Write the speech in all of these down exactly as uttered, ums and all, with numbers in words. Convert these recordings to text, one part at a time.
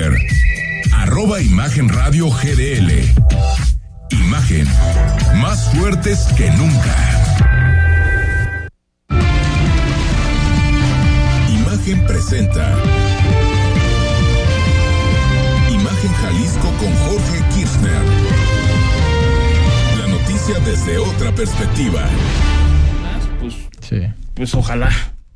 Twitter, arroba Imagen Radio G D L. Imagen, más fuertes que nunca. Imagen presenta Imagen Jalisco con Jorge Kirchner. La noticia desde otra perspectiva. Pues, sí. Pues ojalá.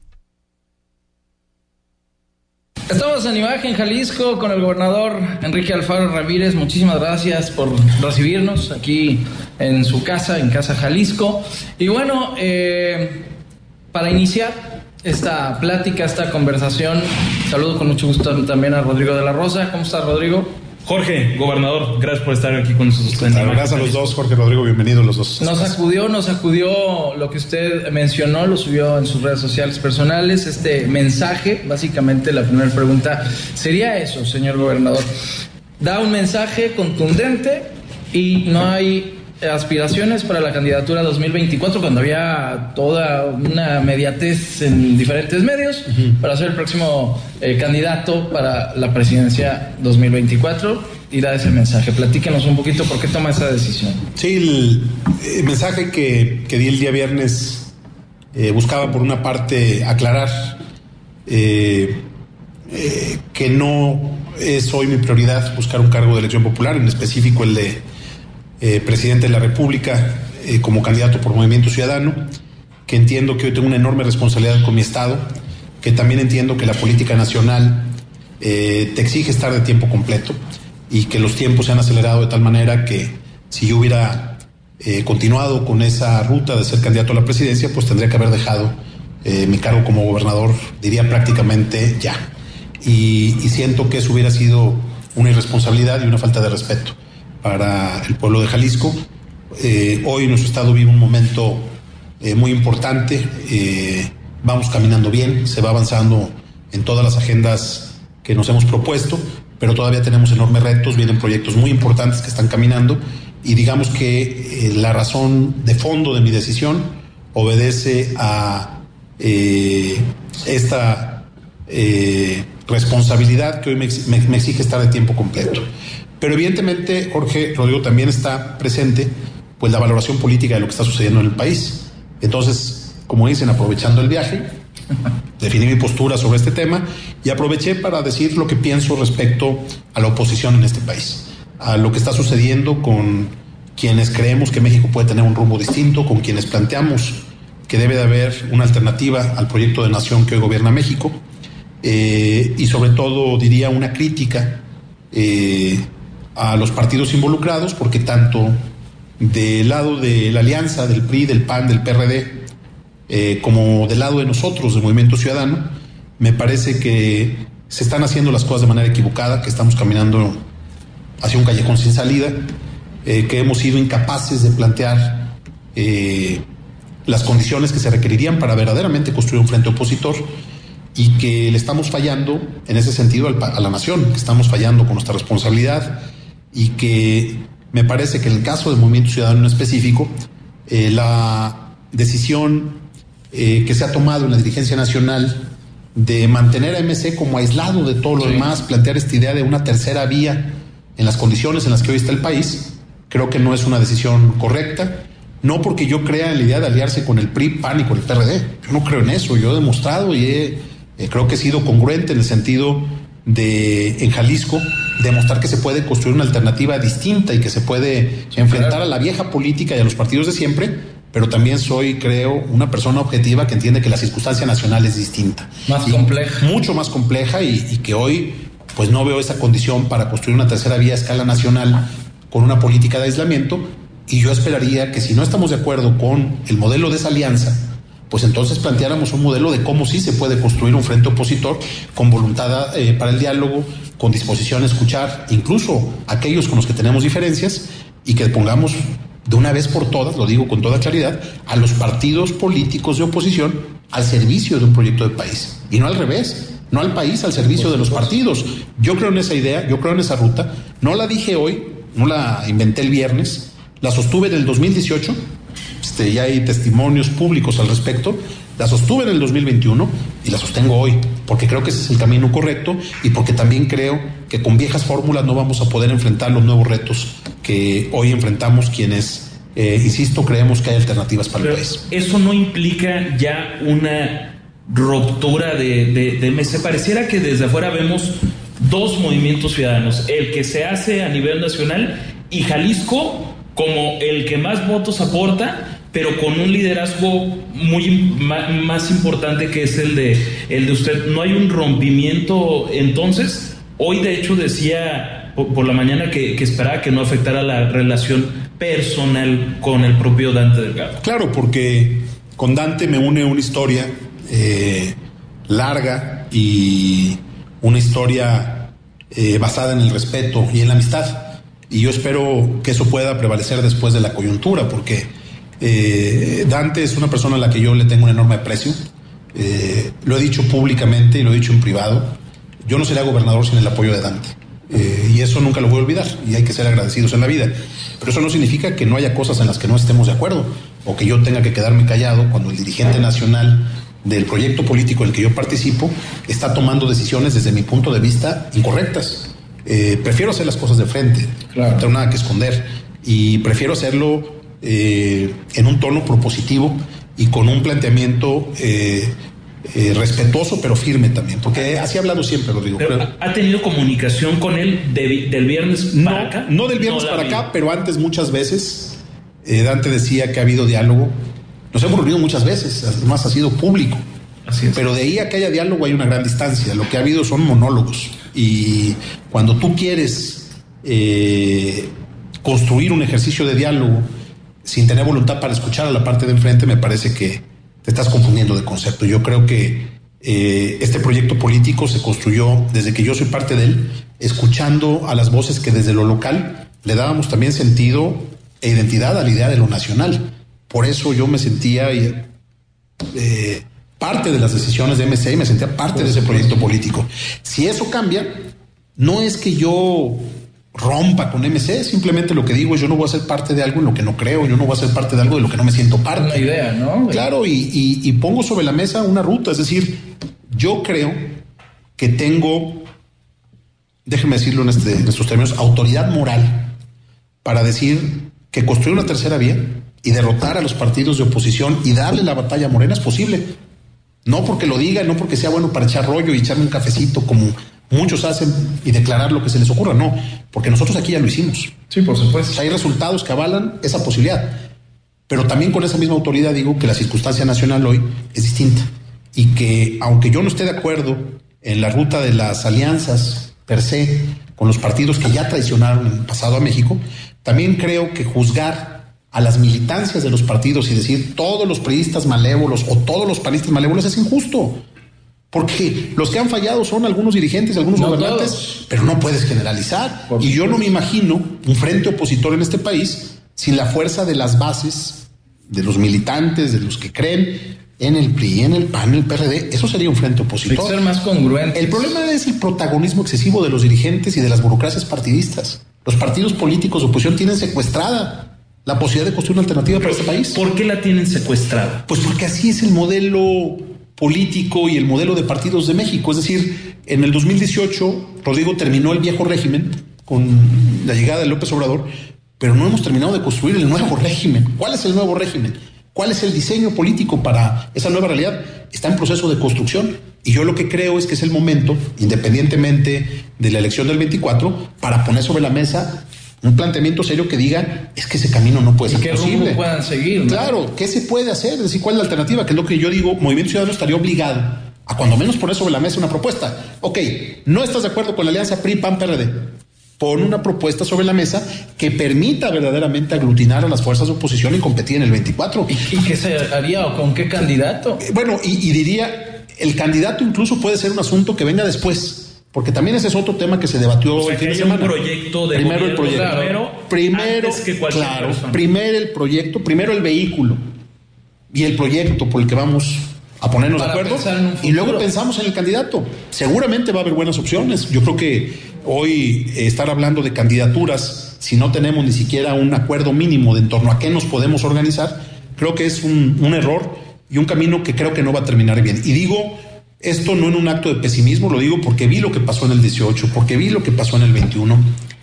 Estamos en Imagen Jalisco con el gobernador Enrique Alfaro Ramírez. Muchísimas gracias por recibirnos aquí en su casa, en Casa Jalisco. Y bueno, eh, para iniciar esta plática, esta conversación, saludo con mucho gusto también a Rodrigo de la Rosa. ¿Cómo estás, Rodrigo? Jorge, gobernador, gracias por estar aquí con nosotros. Gracias a los dos, Jorge, Rodrigo, bienvenidos los dos. Nos sacudió, nos sacudió lo que usted mencionó, lo subió en sus redes sociales personales, este mensaje. Básicamente la primera pregunta sería eso, señor gobernador. Da un mensaje contundente y no hay aspiraciones para la candidatura dos mil veinticuatro, cuando había toda una mediatez en diferentes medios uh-huh. para ser el próximo eh, candidato para la presidencia dos mil veinticuatro, y da ese mensaje. Platíquenos un poquito por qué toma esa decisión. Sí, el, el mensaje que, que di el día viernes eh, buscaba por una parte aclarar eh, eh, que no es hoy mi prioridad buscar un cargo de elección popular, en específico el de Eh, presidente de la República eh, como candidato por Movimiento Ciudadano, que entiendo que hoy tengo una enorme responsabilidad con mi Estado, que también entiendo que la política nacional eh, te exige estar de tiempo completo y que los tiempos se han acelerado de tal manera que si yo hubiera eh, continuado con esa ruta de ser candidato a la presidencia, pues tendría que haber dejado eh, mi cargo como gobernador, diría prácticamente ya. Y, y siento que eso hubiera sido una irresponsabilidad y una falta de respeto para el pueblo de Jalisco. Eh, hoy nuestro estado vive un momento eh, muy importante, eh, vamos caminando bien, se va avanzando en todas las agendas que nos hemos propuesto, pero todavía tenemos enormes retos, vienen proyectos muy importantes que están caminando, y digamos que eh, la razón de fondo de mi decisión obedece a eh, esta eh, responsabilidad que hoy me, me, me exige estar de tiempo completo. Pero evidentemente, Jorge, Rodrigo, también está presente pues la valoración política de lo que está sucediendo en el país. Entonces, como dicen, aprovechando el viaje, definí mi postura sobre este tema y aproveché para decir lo que pienso respecto a la oposición en este país, a lo que está sucediendo con quienes creemos que México puede tener un rumbo distinto, con quienes planteamos que debe de haber una alternativa al proyecto de nación que hoy gobierna México, eh, y sobre todo, diría, una crítica eh, a los partidos involucrados, porque tanto del lado de la alianza, del P R I, del P A N, del P R D, eh, como del lado de nosotros, del Movimiento Ciudadano, me parece que se están haciendo las cosas de manera equivocada, que estamos caminando hacia un callejón sin salida, eh, que hemos sido incapaces de plantear eh, las condiciones que se requerirían para verdaderamente construir un frente opositor, y que le estamos fallando en ese sentido a la nación, que estamos fallando con nuestra responsabilidad, y que me parece que en el caso del Movimiento Ciudadano en específico, eh, la decisión eh, que se ha tomado en la dirigencia nacional de mantener a M C como aislado de todo lo sí. demás, plantear esta idea de una tercera vía en las condiciones en las que hoy está el país, creo que no es una decisión correcta. No porque yo crea en la idea de aliarse con el P R I, P A N y con el P R D, yo no creo en eso. Yo he demostrado y he, eh, creo que he sido congruente en el sentido de, en Jalisco, demostrar que se puede construir una alternativa distinta y que se puede enfrentar a la vieja política y a los partidos de siempre, pero también soy, creo, una persona objetiva que entiende que la circunstancia nacional es distinta. Más y compleja. Mucho más compleja, y, y que hoy pues no veo esa condición para construir una tercera vía a escala nacional con una política de aislamiento. Y yo esperaría que, si no estamos de acuerdo con el modelo de esa alianza, pues entonces planteáramos un modelo de cómo sí se puede construir un frente opositor con voluntad eh, para el diálogo, con disposición a escuchar incluso a aquellos con los que tenemos diferencias, y que pongamos de una vez por todas, lo digo con toda claridad, a los partidos políticos de oposición al servicio de un proyecto de país, y no al revés, no al país al servicio de los partidos. Yo creo en esa idea, yo creo en esa ruta, no la dije hoy, no la inventé el viernes, la sostuve en el dos mil dieciocho, ya hay testimonios públicos al respecto, la sostuve en el dos mil veintiuno y la sostengo hoy. porque creo que ese es el camino correcto y porque también creo que con viejas fórmulas no vamos a poder enfrentar los nuevos retos que hoy enfrentamos quienes, eh, insisto, creemos que hay alternativas para Pero el país. ¿eso no implica ya una ruptura de, de, de M C? Pareciera que desde afuera vemos dos movimientos ciudadanos, el que se hace a nivel nacional y Jalisco como el que más votos aporta, pero con un liderazgo muy más importante que es el de el de usted. ¿No hay un rompimiento entonces? Hoy de hecho decía por, por la mañana que, que esperaba que no afectara la relación personal con el propio Dante Delgado. Claro, porque con Dante me une una historia eh, larga y una historia eh, basada en el respeto y en la amistad. Y yo espero que eso pueda prevalecer después de la coyuntura, porque eh, Dante es una persona a la que yo le tengo un enorme aprecio. Eh, lo he dicho públicamente y lo he dicho en privado. Yo no sería gobernador sin el apoyo de Dante. Eh, y eso nunca lo voy a olvidar. Y hay que ser agradecidos en la vida. Pero eso no significa que no haya cosas en las que no estemos de acuerdo o que yo tenga que quedarme callado cuando el dirigente nacional del proyecto político en el que yo participo está tomando decisiones desde mi punto de vista incorrectas. Eh, prefiero hacer las cosas de frente, claro. No tengo nada que esconder y prefiero hacerlo eh, en un tono propositivo y con un planteamiento eh, eh, respetuoso pero firme también, porque así he hablado siempre, lo digo. Pero, creo. ¿Ha tenido comunicación con él de, del viernes no, para acá? No del viernes no para acá, pero antes muchas veces eh, Dante decía que ha habido diálogo. Nos hemos reunido muchas veces, además ha sido público. Así es. Pero de ahí a que haya diálogo hay una gran distancia. Lo que ha habido son monólogos. Y cuando tú quieres eh, construir un ejercicio de diálogo sin tener voluntad para escuchar a la parte de enfrente, me parece que te estás confundiendo de concepto. Yo creo que eh, este proyecto político se construyó desde que yo soy parte de él, escuchando a las voces que desde lo local le dábamos también sentido e identidad a la idea de lo nacional. Por eso yo me sentía eh, parte de las decisiones de M C y me sentía parte de ese proyecto político. Si eso cambia, no es que yo rompa con M C, simplemente lo que digo es yo no voy a ser parte de algo en lo que no creo, yo no voy a ser parte de algo de lo que no me siento parte. Una idea, ¿no? Claro, y, y, y pongo sobre la mesa una ruta, es decir, yo creo que tengo, déjenme decirlo en, este, en estos términos, autoridad moral para decir que construir una tercera vía y derrotar a los partidos de oposición y darle la batalla a Morena es posible. No porque lo diga, no porque sea bueno para echar rollo y echarme un cafecito como muchos hacen y declarar lo que se les ocurra, no, porque nosotros aquí ya lo hicimos. Sí, por supuesto. O sea, hay resultados que avalan esa posibilidad, pero también con esa misma autoridad digo que la circunstancia nacional hoy es distinta y que aunque yo no esté de acuerdo en la ruta de las alianzas per se con los partidos que ya traicionaron en el pasado a México, también creo que juzgar a las militancias de los partidos y decir todos los priistas malévolos o todos los panistas malévolos es injusto. Porque los que han fallado son algunos dirigentes, algunos no gobernantes, todos. Pero no puedes generalizar. Por y yo no me imagino un frente opositor en este país sin la fuerza de las bases, de los militantes, de los que creen en el P R I, en el P A N, en el P R D. Eso sería un frente opositor. Hay que ser más congruente. El problema es el protagonismo excesivo de los dirigentes y de las burocracias partidistas. Los partidos políticos de oposición tienen secuestrada la posibilidad de construir una alternativa para este país. ¿Por qué la tienen secuestrada? Pues porque así es el modelo político y el modelo de partidos de México. Es decir, en el dos mil dieciocho, Rodrigo, terminó el viejo régimen con la llegada de López Obrador, pero no hemos terminado de construir el nuevo régimen. ¿Cuál es el nuevo régimen? ¿Cuál es el diseño político para esa nueva realidad? Está en proceso de construcción. Y yo lo que creo es que es el momento, independientemente de la elección del veinticuatro, para poner sobre la mesa un planteamiento serio que diga, es que ese camino no puede ser ¿Y qué posible. rumbo puedan seguir, ¿no? Claro, ¿qué se puede hacer? Es decir, ¿cuál es la alternativa? Que es lo que yo digo, Movimiento Ciudadano estaría obligado a cuando menos poner sobre la mesa una propuesta. Ok, no estás de acuerdo con la alianza P R I, P A N, P R D. Pon una propuesta sobre la mesa que permita verdaderamente aglutinar a las fuerzas de oposición y competir en el veinticuatro. ¿Y, y qué se haría o con qué candidato? Eh, bueno, y, y diría, el candidato incluso puede ser un asunto que venga después. Porque también ese es otro tema que se debatió o sea, el fin que de semana. Un proyecto de primero el proyecto. Claro, primero, antes que cualquier claro, persona. primero el proyecto, primero el vehículo y el proyecto por el que vamos a ponernos Para de acuerdo. Y luego pensamos en el candidato. Seguramente va a haber buenas opciones. Yo creo que hoy eh, estar hablando de candidaturas, si no tenemos ni siquiera un acuerdo mínimo de en torno a qué nos podemos organizar, creo que es un, un error y un camino que creo que no va a terminar bien. Y digo Esto no en un acto de pesimismo, lo digo porque vi lo que pasó en el dieciocho, porque vi lo que pasó en el veintiuno.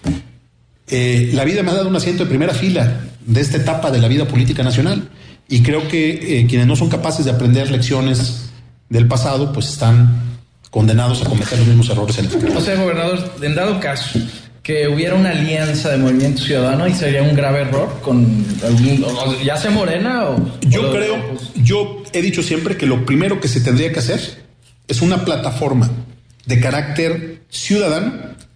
Eh, la vida me ha dado un asiento de primera fila de esta etapa de la vida política nacional y creo que eh, quienes no son capaces de aprender lecciones del pasado, pues están condenados a cometer los mismos errores en el futuro. O sea, gobernador, en dado caso que hubiera una alianza de Movimiento Ciudadano, y sería un grave error con algún, ya sea Morena o... Yo o creo, pues... yo he dicho siempre que lo primero que se tendría que hacer es una plataforma de carácter ciudadano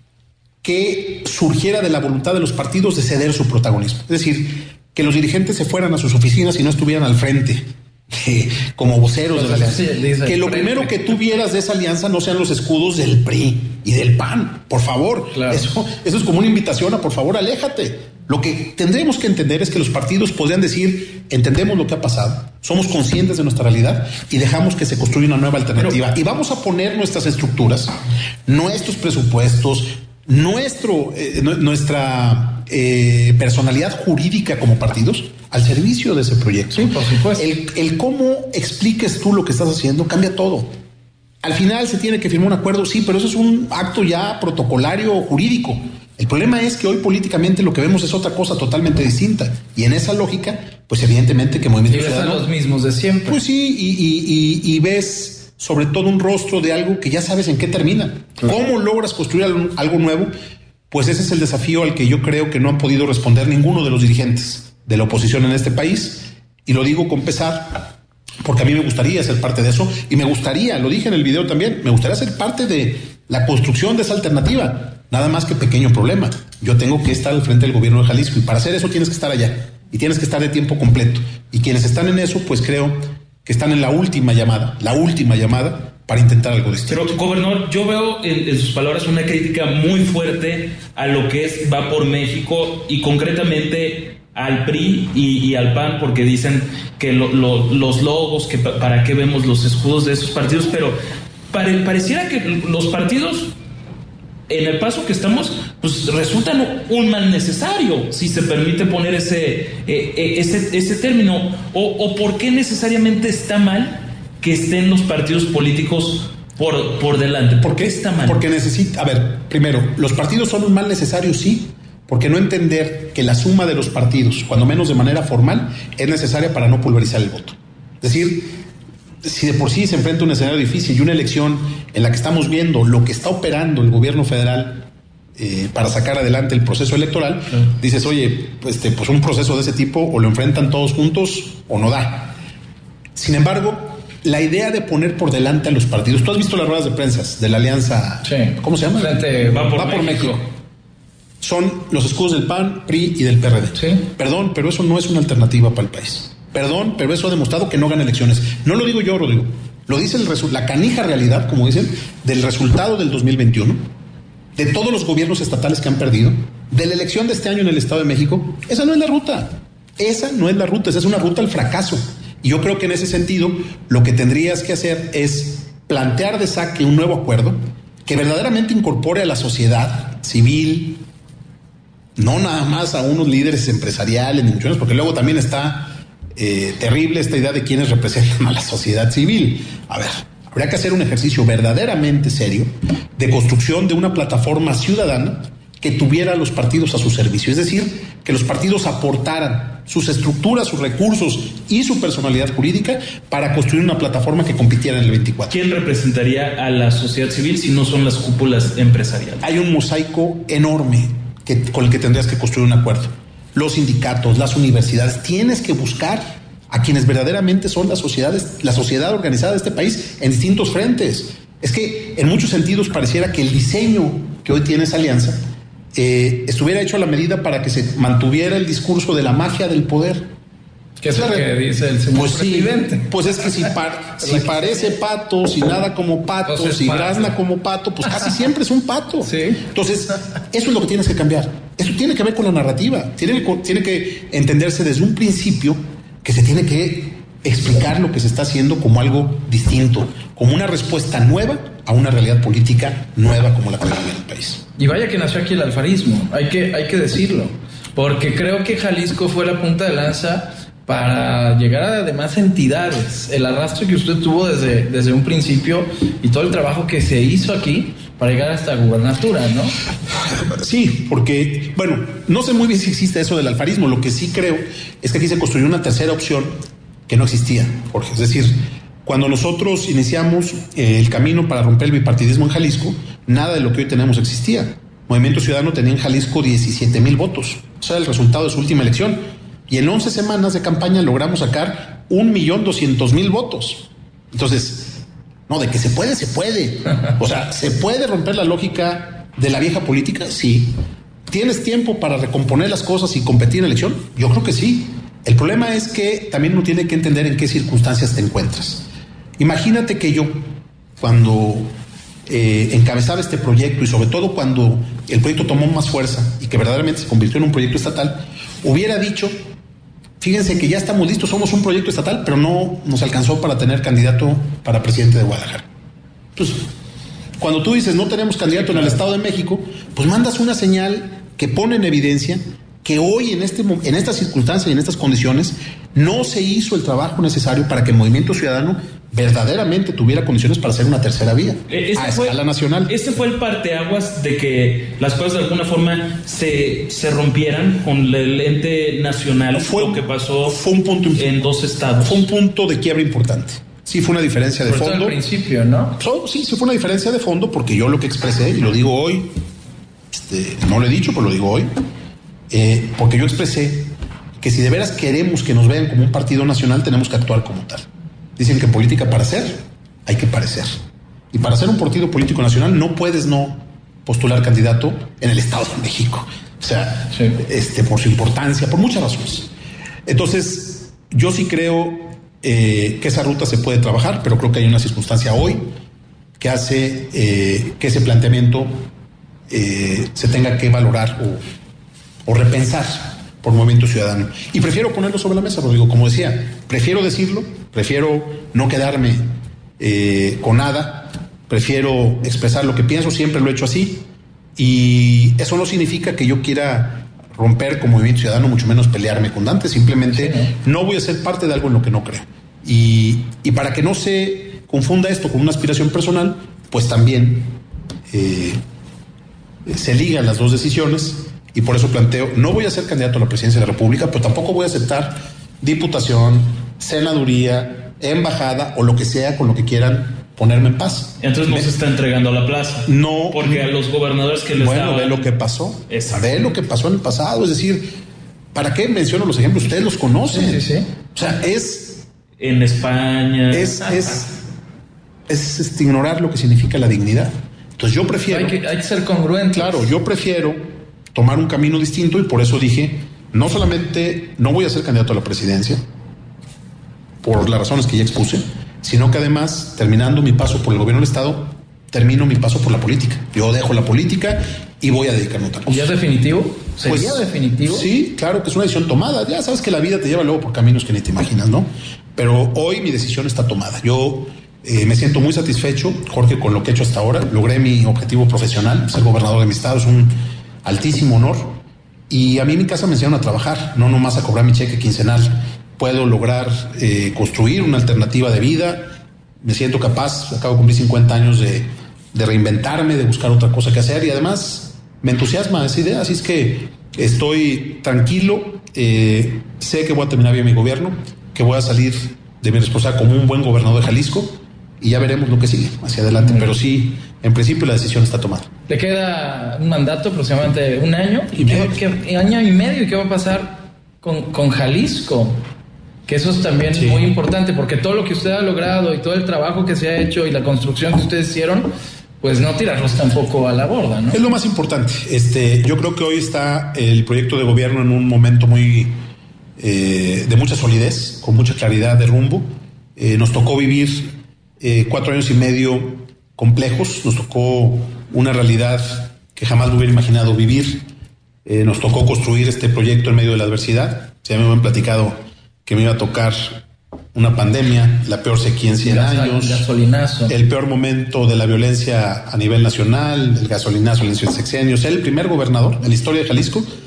que surgiera de la voluntad de los partidos de ceder su protagonismo. Es decir, que los dirigentes se fueran a sus oficinas y no estuvieran al frente eh, como voceros pues de la alianza. Sí, que lo frente. Primero que tú vieras de esa alianza no sean los escudos del P R I y del P A N, por favor. Claro. Eso, eso es como una invitación a, por favor, aléjate. Lo que tendremos que entender es que los partidos podrían decir, entendemos lo que ha pasado, somos conscientes de nuestra realidad y dejamos que se construya una nueva alternativa. Pero, y vamos a poner nuestras estructuras, nuestros presupuestos, nuestro, eh, nuestra eh, personalidad jurídica como partidos al servicio de ese proyecto. Sí, por supuesto. El, el cómo expliques tú lo que estás haciendo cambia todo. Al final se tiene que firmar un acuerdo, sí, pero eso es un acto ya protocolario o jurídico. El problema es que hoy políticamente lo que vemos es otra cosa totalmente distinta. Y en esa lógica, pues evidentemente que Movimiento y Ciudadano... Y los mismos de siempre. Pues sí, y, y, y, y ves sobre todo un rostro de algo que ya sabes en qué termina. Claro. ¿Cómo logras construir algo nuevo? Pues ese es el desafío al que yo creo que no han podido responder ninguno de los dirigentes de la oposición en este país. Y lo digo con pesar, porque a mí me gustaría ser parte de eso. Y me gustaría, lo dije en el video también, me gustaría ser parte de la construcción de esa alternativa. Nada más que pequeño problema. Yo tengo que estar al frente del gobierno de Jalisco y para hacer eso tienes que estar allá y tienes que estar de tiempo completo. Y quienes están en eso, pues creo que están en la última llamada, la última llamada para intentar algo distinto. Pero, gobernador, yo veo en, en sus palabras una crítica muy fuerte a lo que es Va por México y concretamente al P R I y, y al P A N, porque dicen que lo, lo, los logos, que pa, para qué vemos los escudos de esos partidos, pero pare, pareciera que los partidos... en el paso que estamos, pues resultan un mal necesario, si se permite poner ese, eh, ese, ese término. O, o por qué necesariamente está mal que estén los partidos políticos por, por delante. ¿Por qué está mal? Porque necesita, a ver, primero, los partidos son un mal necesario, sí, porque no entender que la suma de los partidos, cuando menos de manera formal, es necesaria para no pulverizar el voto. Es decir, si de por sí se enfrenta un escenario difícil y una elección en la que estamos viendo lo que está operando el gobierno federal eh, para sacar adelante el proceso electoral, sí. Dices, oye, pues, este, pues un proceso de ese tipo o lo enfrentan todos juntos o no da. Sin embargo, la idea de poner por delante a los partidos, tú has visto las ruedas de prensa de la alianza, sí. ¿Cómo se llama? Frente, va por, va por México. México. Son los escudos del P A N, P R I y del P R D. Sí. Perdón, pero eso no es una alternativa para el país. Perdón, pero eso ha demostrado que no gana elecciones. No lo digo yo, Rodrigo. Lo dice el resu- la canija realidad, como dicen, del resultado del dos mil veintiuno, de todos los gobiernos estatales que han perdido, de la elección de este año en el Estado de México. Esa no es la ruta. Esa no es la ruta. Esa es una ruta al fracaso. Y yo creo que en ese sentido, lo que tendrías que hacer es plantear de saque un nuevo acuerdo que verdaderamente incorpore a la sociedad civil, no nada más a unos líderes empresariales, ni mucho menos, porque luego también está... Eh, terrible esta idea de quienes representan a la sociedad civil. A ver, habría que hacer un ejercicio verdaderamente serio de construcción de una plataforma ciudadana que tuviera a los partidos a su servicio, es decir, que los partidos aportaran sus estructuras, sus recursos y su personalidad jurídica para construir una plataforma que compitiera en el veinticuatro. ¿Quién representaría a la sociedad civil si no son las cúpulas empresariales? Hay un mosaico enorme que, con el que tendrías que construir un acuerdo. Los sindicatos, las universidades, tienes que buscar a quienes verdaderamente son las sociedades, la sociedad organizada de este país en distintos frentes. Es que en muchos sentidos pareciera que el diseño que hoy tiene esa alianza eh, estuviera hecho a la medida para que se mantuviera el discurso de la magia del poder. ¿Qué es lo que dice el señor pues presidente? Sí, pues es que si, par, si parece pato, si nada como pato, Entonces, si grazna como pato, pues casi siempre es un pato. Sí. Entonces, eso es lo que tienes que cambiar. Eso tiene que ver con la narrativa. Tiene, tiene que entenderse desde un principio que se tiene que explicar lo que se está haciendo como algo distinto, como una respuesta nueva a una realidad política nueva como la que vive en el país. Y vaya que nació aquí el alfarismo, hay que, hay que decirlo, porque creo que Jalisco fue la punta de lanza para llegar a demás entidades, el arrastre que usted tuvo desde, desde un principio y todo el trabajo que se hizo aquí para llegar a esta gubernatura, ¿no? Sí, porque, bueno, no sé muy bien si existe eso del alfarismo. Lo que sí creo es que aquí se construyó una tercera opción que no existía, Jorge. Es decir, cuando nosotros iniciamos eh, el camino para romper el bipartidismo en Jalisco, nada de lo que hoy tenemos existía. Movimiento Ciudadano tenía en Jalisco diecisiete mil votos. O sea, el resultado de su última elección. Y en once semanas de campaña logramos sacar un millón doscientos mil votos. Entonces, no, de que se puede, se puede. O sea, ¿se puede romper la lógica de la vieja política? Sí. ¿Tienes tiempo para recomponer las cosas y competir en elección? Yo creo que sí. El problema es que también uno tiene que entender en qué circunstancias te encuentras. Imagínate que yo, cuando eh, encabezaba este proyecto y sobre todo cuando el proyecto tomó más fuerza y que verdaderamente se convirtió en un proyecto estatal, hubiera dicho, fíjense que ya estamos listos, somos un proyecto estatal, pero no nos alcanzó para tener candidato para presidente de Guadalajara. Entonces, cuando tú dices no tenemos candidato en el Estado de México, pues mandas una señal que pone en evidencia que hoy en este en estas circunstancias y en estas condiciones no se hizo el trabajo necesario para que el Movimiento Ciudadano verdaderamente tuviera condiciones para hacer una tercera vía este a fue, escala nacional. Este fue el parteaguas de que las cosas de alguna forma se, se rompieran con el ente nacional, fue, lo que pasó fue un punto, en dos estados. Fue un punto de quiebra importante. Sí fue una diferencia de Por fondo. Al principio, ¿no? So, sí, sí fue una diferencia de fondo porque yo lo que expresé, y lo digo hoy, este, no lo he dicho, pero lo digo hoy, eh, porque yo expresé que si de veras queremos que nos vean como un partido nacional, tenemos que actuar como tal. Dicen que en política para ser, hay que parecer. Y para ser un partido político nacional no puedes no postular candidato en el Estado de México. O sea, sí. este, por su importancia, por muchas razones. Entonces, yo sí creo eh, que esa ruta se puede trabajar, pero creo que hay una circunstancia hoy que hace eh, que ese planteamiento eh, se tenga que valorar o, o repensar por Movimiento Ciudadano. Y prefiero ponerlo sobre la mesa, Rodrigo, como decía, prefiero decirlo, prefiero no quedarme eh, con nada, prefiero expresar lo que pienso, siempre lo he hecho así, y eso no significa que yo quiera romper con Movimiento Ciudadano, mucho menos pelearme con Dante, simplemente sí, ¿no? no voy a ser parte de algo en lo que no creo. Y, y para que no se confunda esto con una aspiración personal, pues también eh, se ligan las dos decisiones. Y por eso planteo, no voy a ser candidato a la presidencia de la República, pero tampoco voy a aceptar diputación, senaduría, embajada o lo que sea con lo que quieran ponerme en paz. Entonces no Me, se está entregando a la plaza. No. Porque a los gobernadores que les Bueno, daban... ve lo que pasó. Exacto. Ve lo que pasó en el pasado. Es decir, ¿para qué menciono los ejemplos? Ustedes los conocen. Sí, sí, sí. O sea, es... En España... Es, es, es, es ignorar lo que significa la dignidad. Entonces yo prefiero... Hay que, hay que ser congruente. Claro, yo prefiero tomar un camino distinto y por eso dije, no solamente no voy a ser candidato a la presidencia, por las razones que ya expuse, sino que además, terminando mi paso por el gobierno del Estado, termino mi paso por la política. Yo dejo la política y voy a dedicarme a otra cosa. ¿Y ya es definitivo? ¿Sería pues, definitivo? Sí, claro que es una decisión tomada. Ya sabes que la vida te lleva luego por caminos que ni te imaginas, ¿no? Pero hoy mi decisión está tomada. Yo eh, me siento muy satisfecho, Jorge, con lo que he hecho hasta ahora. Logré mi objetivo profesional, ser gobernador de mi estado. Es un altísimo honor, y a mí en mi casa me enseñaron a trabajar, no nomás a cobrar mi cheque quincenal. Puedo lograr eh, construir una alternativa de vida, me siento capaz, acabo de cumplir cincuenta años de, de reinventarme, de buscar otra cosa que hacer, y además me entusiasma esa idea, así es que estoy tranquilo, eh, sé que voy a terminar bien mi gobierno, que voy a salir de mi responsabilidad como un buen gobernador de Jalisco, y ya veremos lo que sigue hacia adelante, pero sí, en principio la decisión está tomada. Le queda un mandato aproximadamente un año y ¿Qué, qué, año y medio. ¿Y qué va a pasar con, con Jalisco? Que eso es también sí. muy importante, porque todo lo que usted ha logrado y todo el trabajo que se ha hecho y la construcción que ustedes hicieron, pues no tirarlos tampoco a la borda, ¿no? Es lo más importante. Este, yo creo que hoy está el proyecto de gobierno en un momento muy eh, de mucha solidez, con mucha claridad de rumbo. Eh, nos tocó vivir eh, cuatro años y medio complejos, nos tocó una realidad que jamás me hubiera imaginado vivir, eh, nos tocó construir este proyecto en medio de la adversidad. Ya me habían platicado que me iba a tocar una pandemia, la peor sequía en cien Gasol, años, gasolinazo. el peor momento de la violencia a nivel nacional, el gasolinazo en cien sexenios, el primer gobernador en la historia de Jalisco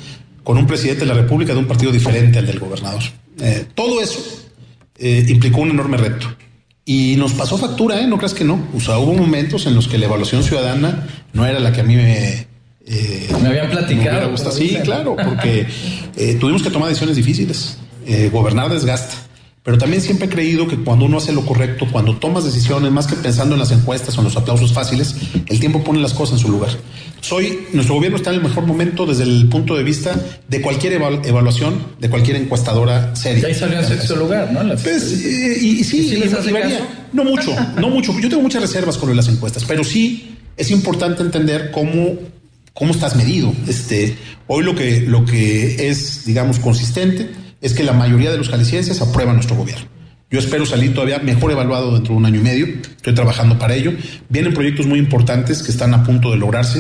con un presidente de la República de un partido diferente al del gobernador. Eh, todo eso eh, implicó un enorme reto. Y nos pasó factura, ¿eh? No creas que no. O sea, hubo momentos en los que la evaluación ciudadana no era la que a mí me... Eh, me habían platicado. Me sí, claro, porque eh, tuvimos que tomar decisiones difíciles. Eh, gobernar desgasta. Pero también siempre he creído que cuando uno hace lo correcto, cuando tomas decisiones, más que pensando en las encuestas o en los aplausos fáciles, el tiempo pone las cosas en su lugar. Soy, nuestro gobierno está en el mejor momento desde el punto de vista de cualquier evalu- evaluación, de cualquier encuestadora seria. Ya ahí salió en sexto lugar, ¿no? Las... Pues, eh, y, y sí, ¿Y si les hace varía. caso? No mucho, no mucho. Yo tengo muchas reservas con las encuestas, pero sí es importante entender cómo, cómo estás medido. Este, hoy lo que, lo que es, digamos, consistente es que la mayoría de los jaliscienses aprueban nuestro gobierno. Yo espero salir todavía mejor evaluado dentro de un año y medio. Estoy trabajando para ello. Vienen proyectos muy importantes que están a punto de lograrse.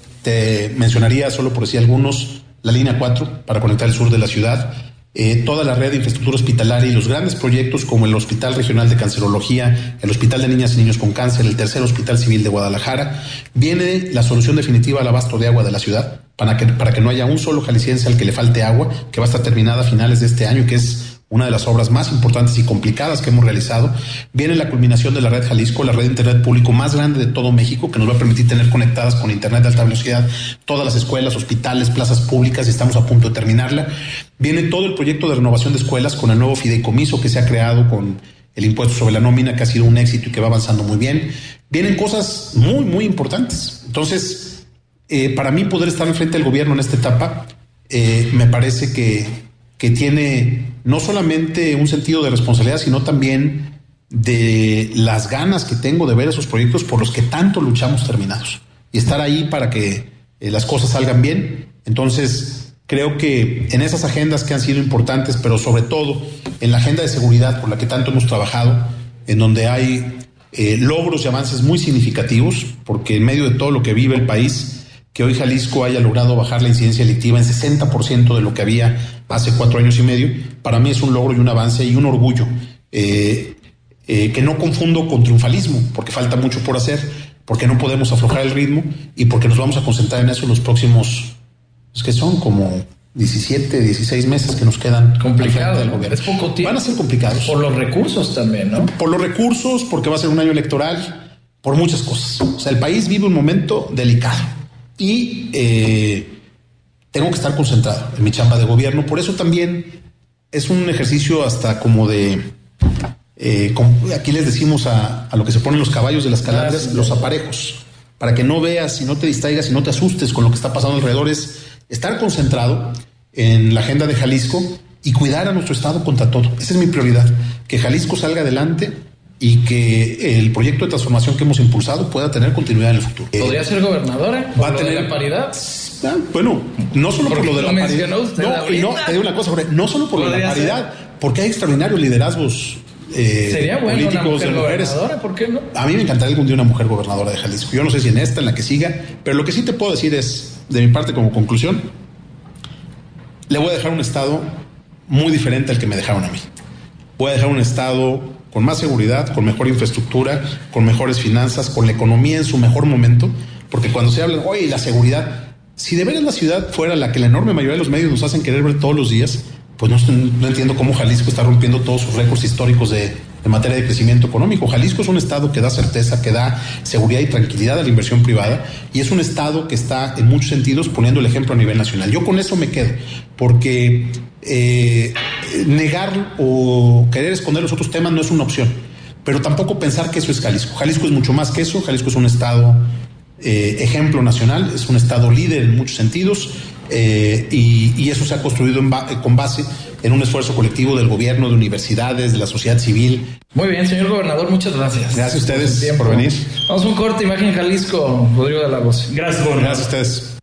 Te mencionaría, solo por decir algunos, la línea cuatro para conectar el sur de la ciudad, eh, toda la red de infraestructura hospitalaria y los grandes proyectos como el Hospital Regional de Cancerología, el Hospital de Niñas y Niños con Cáncer, el Tercer Hospital Civil de Guadalajara. Viene la solución definitiva al abasto de agua de la ciudad, para que, para que no haya un solo jalisciense al que le falte agua, que va a estar terminada a finales de este año, que es una de las obras más importantes y complicadas que hemos realizado. Viene la culminación de la red Jalisco, la red de internet público más grande de todo México, que nos va a permitir tener conectadas con internet de alta velocidad todas las escuelas, hospitales, plazas públicas, y estamos a punto de terminarla. Viene todo el proyecto de renovación de escuelas con el nuevo fideicomiso que se ha creado con el impuesto sobre la nómina, que ha sido un éxito y que va avanzando muy bien. Vienen cosas muy, muy importantes. Entonces, eh, para mí poder estar al frente del gobierno en esta etapa, eh, me parece que, que tiene no solamente un sentido de responsabilidad, sino también de las ganas que tengo de ver esos proyectos por los que tanto luchamos terminados y estar ahí para que eh, las cosas salgan bien. Entonces, creo que en esas agendas que han sido importantes, pero sobre todo en la agenda de seguridad por la que tanto hemos trabajado, en donde hay eh, logros y avances muy significativos, porque en medio de todo lo que vive el país, que hoy Jalisco haya logrado bajar la incidencia delictiva en sesenta por ciento de lo que había hace cuatro años y medio, para mí es un logro y un avance y un orgullo eh, eh, que no confundo con triunfalismo, porque falta mucho por hacer, porque no podemos aflojar el ritmo y porque nos vamos a concentrar en eso en los próximos, es que son como diecisiete, dieciséis meses que nos quedan. Complicado, del gobierno. Es poco tiempo. Van a ser complicados. Por los recursos también, ¿no? Por los recursos, porque va a ser un año electoral, por muchas cosas. O sea, el país vive un momento delicado. Y eh, tengo que estar concentrado en mi chamba de gobierno. Por eso también es un ejercicio hasta como de... Eh, como aquí les decimos a, a lo que se ponen los caballos de las calandrias, ah, sí, los aparejos. Para que no veas y no te distraigas y no te asustes con lo que está pasando alrededor. Es estar concentrado en la agenda de Jalisco y cuidar a nuestro estado contra todo. Esa es mi prioridad. Que Jalisco salga adelante y que el proyecto de transformación que hemos impulsado pueda tener continuidad en el futuro. ¿Podría ser gobernadora? ¿Va a tener la paridad? Ah, bueno, no solo por lo de la paridad. No, y no, te digo una cosa, Jorge, no solo por lo de la paridad, ser? Porque hay extraordinarios liderazgos eh, Sería bueno políticos una mujer de mujeres. Gobernadora, ¿por qué no? A mí me encantaría algún día una mujer gobernadora de Jalisco. Yo no sé si en esta, en la que siga, pero lo que sí te puedo decir es, de mi parte como conclusión, le voy a dejar un estado muy diferente al que me dejaron a mí. Voy a dejar un estado con más seguridad, con mejor infraestructura, con mejores finanzas, con la economía en su mejor momento, porque cuando se habla, oye, la seguridad, si de veras la ciudad fuera la que la enorme mayoría de los medios nos hacen querer ver todos los días, pues no, no entiendo cómo Jalisco está rompiendo todos sus récords históricos de, de materia de crecimiento económico. Jalisco es un estado que da certeza, que da seguridad y tranquilidad a la inversión privada, y es un estado que está en muchos sentidos poniendo el ejemplo a nivel nacional. Yo con eso me quedo, porque eh, negar o querer esconder los otros temas no es una opción, pero tampoco pensar que eso es Jalisco. Jalisco es mucho más que eso. Jalisco es un estado eh, ejemplo nacional, es un estado líder en muchos sentidos. Eh, y, y eso se ha construido en ba- con base en un esfuerzo colectivo del gobierno, de universidades, de la sociedad civil. Muy bien, señor gobernador, muchas gracias. Gracias a ustedes por, por venir. Vamos a un corte, Imagen Jalisco, Rodrigo de la Voz. Gracias, gobernador. Gracias a ustedes.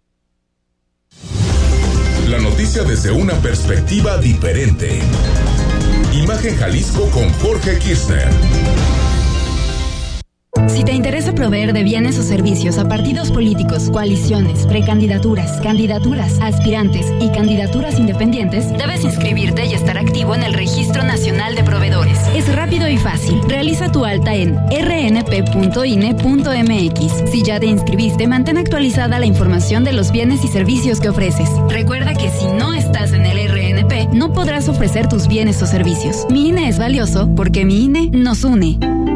La noticia desde una perspectiva diferente. Imagen Jalisco con Jorge Kirchner. Si te interesa proveer de bienes o servicios a partidos políticos, coaliciones, precandidaturas, candidaturas, aspirantes y candidaturas independientes, debes inscribirte y estar activo en el Registro Nacional de Proveedores. Es rápido y fácil. Realiza tu alta en r n p punto i n e punto m x. Si ya te inscribiste, mantén actualizada la información de los bienes y servicios que ofreces. Recuerda que si no estás en el R N P, no podrás ofrecer tus bienes o servicios. Mi I N E es valioso porque mi I N E nos une.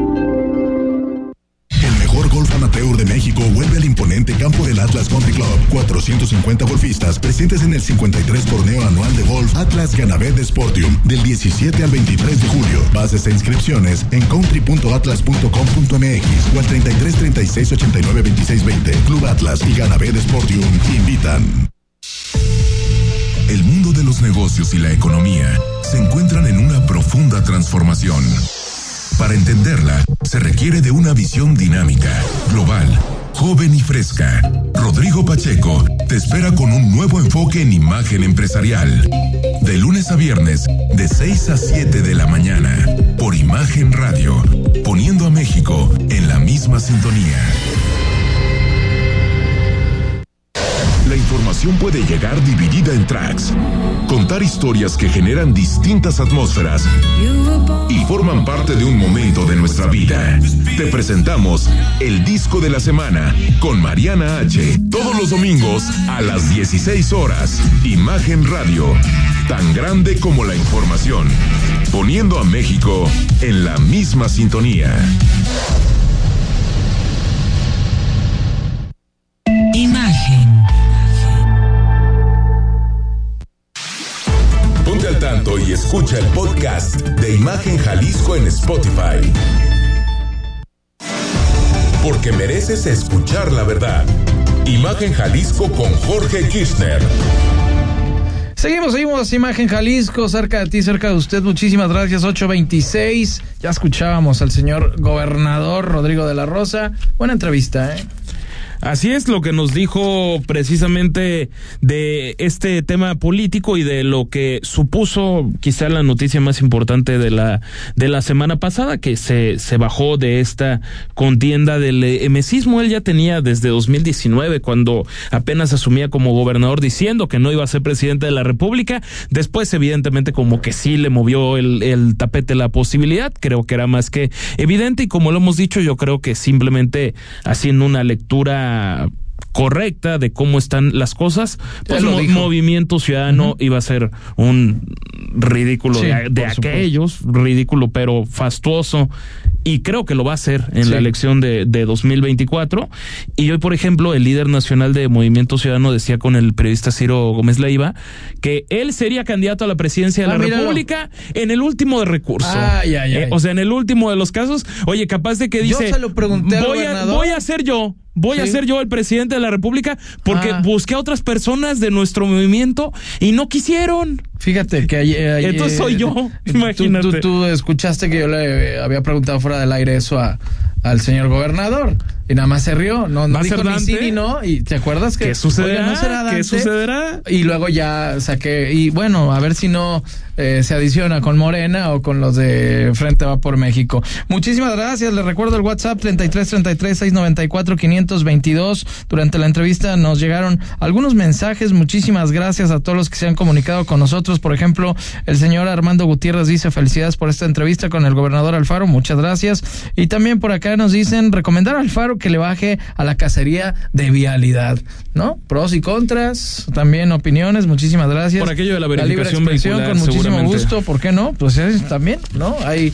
Golf Amateur de México vuelve al imponente campo del Atlas Country Club. cuatrocientos cincuenta golfistas presentes en el cincuenta y tres torneo anual de golf Atlas Ganabet Sportium del diecisiete al veintitrés de julio. Bases e inscripciones en country punto atlas punto com punto m x o al treinta y tres treinta y seis ochenta y nueve veintiséis veinte. Club Atlas y Ganabet Sportium invitan. El mundo de los negocios y la economía se encuentran en una profunda transformación. Para entenderla, se requiere de una visión dinámica, global, joven y fresca. Rodrigo Pacheco te espera con un nuevo enfoque en imagen empresarial. De lunes a viernes, de seis a siete de la mañana, por Imagen Radio, poniendo a México en la misma sintonía. La información puede llegar dividida en tracks, contar historias que generan distintas atmósferas y forman parte de un momento de nuestra vida. Te presentamos el disco de la semana con Mariana H. Todos los domingos a las dieciséis horas. Imagen Radio, tan grande como la información, poniendo a México en la misma sintonía. Imagen. Ponte al tanto y escucha el podcast de Imagen Jalisco en Spotify. Porque mereces escuchar la verdad. Imagen Jalisco con Jorge Kirchner. Seguimos, seguimos, Imagen Jalisco, cerca de ti, cerca de usted. Muchísimas gracias, ocho veintiséis. Ya escuchábamos al señor gobernador Rodrigo de la Rosa. Buena entrevista, ¿eh? Así es, lo que nos dijo precisamente de este tema político y de lo que supuso quizá la noticia más importante de la de la semana pasada, que se se bajó de esta contienda del emesismo. Él ya tenía desde dos mil diecinueve, cuando apenas asumía como gobernador, diciendo que no iba a ser presidente de la República. Después, evidentemente, como que sí le movió el, el tapete la posibilidad. Creo que era más que evidente, y como lo hemos dicho, yo creo que simplemente haciendo una lectura correcta de cómo están las cosas, pues mo- Movimiento Ciudadano uh-huh. iba a ser un ridículo sí, de, de aquellos, supuesto. ridículo pero fastuoso, y creo que lo va a hacer en sí. la elección de, de dos mil veinticuatro. Y hoy, por ejemplo, el líder nacional de Movimiento Ciudadano decía con el periodista Ciro Gómez Leiva que él sería candidato a la presidencia de ah, la míralo. República en el último de recurso. Ay, ay, ay. Eh, o sea, en el último de los casos, oye, capaz de que dice, yo se lo pregunté al voy, a, voy a ser yo. Voy ¿Sí? a ser yo el presidente de la República porque ah. busqué a otras personas de nuestro movimiento y no quisieron. Fíjate que ayer... Entonces soy yo, imagínate. Tú, tú, tú escuchaste que yo le había preguntado fuera del aire eso a, al señor gobernador y nada más se rió. No, no dijo ni sí ni no. ¿Y te acuerdas que... ¿Qué sucederá? Oye, ¿no será Dante? ¿Qué sucederá? Y luego ya saqué... Y bueno, a ver si no eh, se adiciona con Morena o con los de Frente Va por México. Muchísimas gracias. Les recuerdo el WhatsApp treinta y tres treinta y tres seiscientos noventa y cuatro quinientos veintidós. Durante la entrevista nos llegaron algunos mensajes. Muchísimas gracias a todos los que se han comunicado con nosotros. Por ejemplo, el señor Armando Gutiérrez dice: felicidades por esta entrevista con el gobernador Alfaro. Muchas gracias. Y también por acá nos dicen recomendar a Alfaro que le baje a la cacería de vialidad, ¿no? Pros y contras, también opiniones. Muchísimas gracias. Por aquello de la verificación la vehicular, con muchísimo gusto. ¿Por qué no? Pues es, también, ¿no? Hay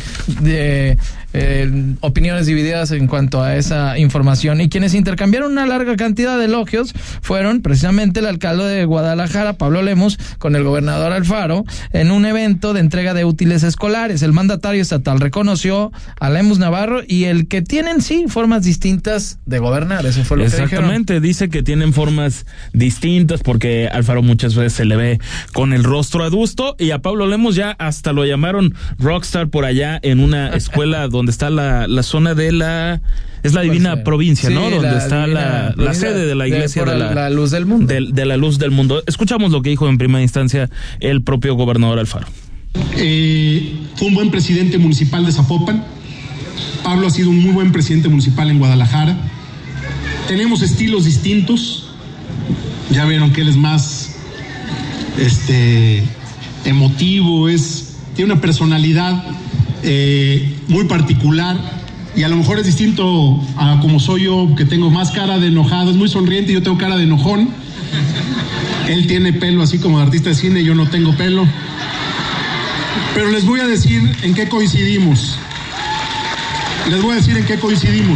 de Eh, opiniones divididas en cuanto a esa información, y quienes intercambiaron una larga cantidad de elogios fueron precisamente el alcalde de Guadalajara, Pablo Lemos, con el gobernador Alfaro en un evento de entrega de útiles escolares. El mandatario estatal reconoció a Lemus Navarro y el que tienen sí formas distintas de gobernar. Eso fue lo que dijeron. Exactamente, dice que tienen formas distintas porque Alfaro muchas veces se le ve con el rostro adusto, y a Pablo Lemos ya hasta lo llamaron rockstar por allá en una escuela donde donde está la, la zona de la... Es la Divina pues, Provincia, sí, ¿no? Donde la está la, la sede de la Iglesia de, de, la, la Luz del Mundo. De, de la Luz del Mundo. Escuchamos lo que dijo en primera instancia el propio gobernador Alfaro. Eh, fue un buen presidente municipal de Zapopan. Pablo ha sido un muy buen presidente municipal en Guadalajara. Tenemos estilos distintos. Ya vieron que él es más este, emotivo, es, tiene una personalidad eh, muy particular y a lo mejor es distinto a como soy yo, que tengo más cara de enojado, es muy sonriente y yo tengo cara de enojón. Él tiene pelo así como de artista de cine, yo no tengo pelo. Pero les voy a decir en qué coincidimos. Les voy a decir en qué coincidimos.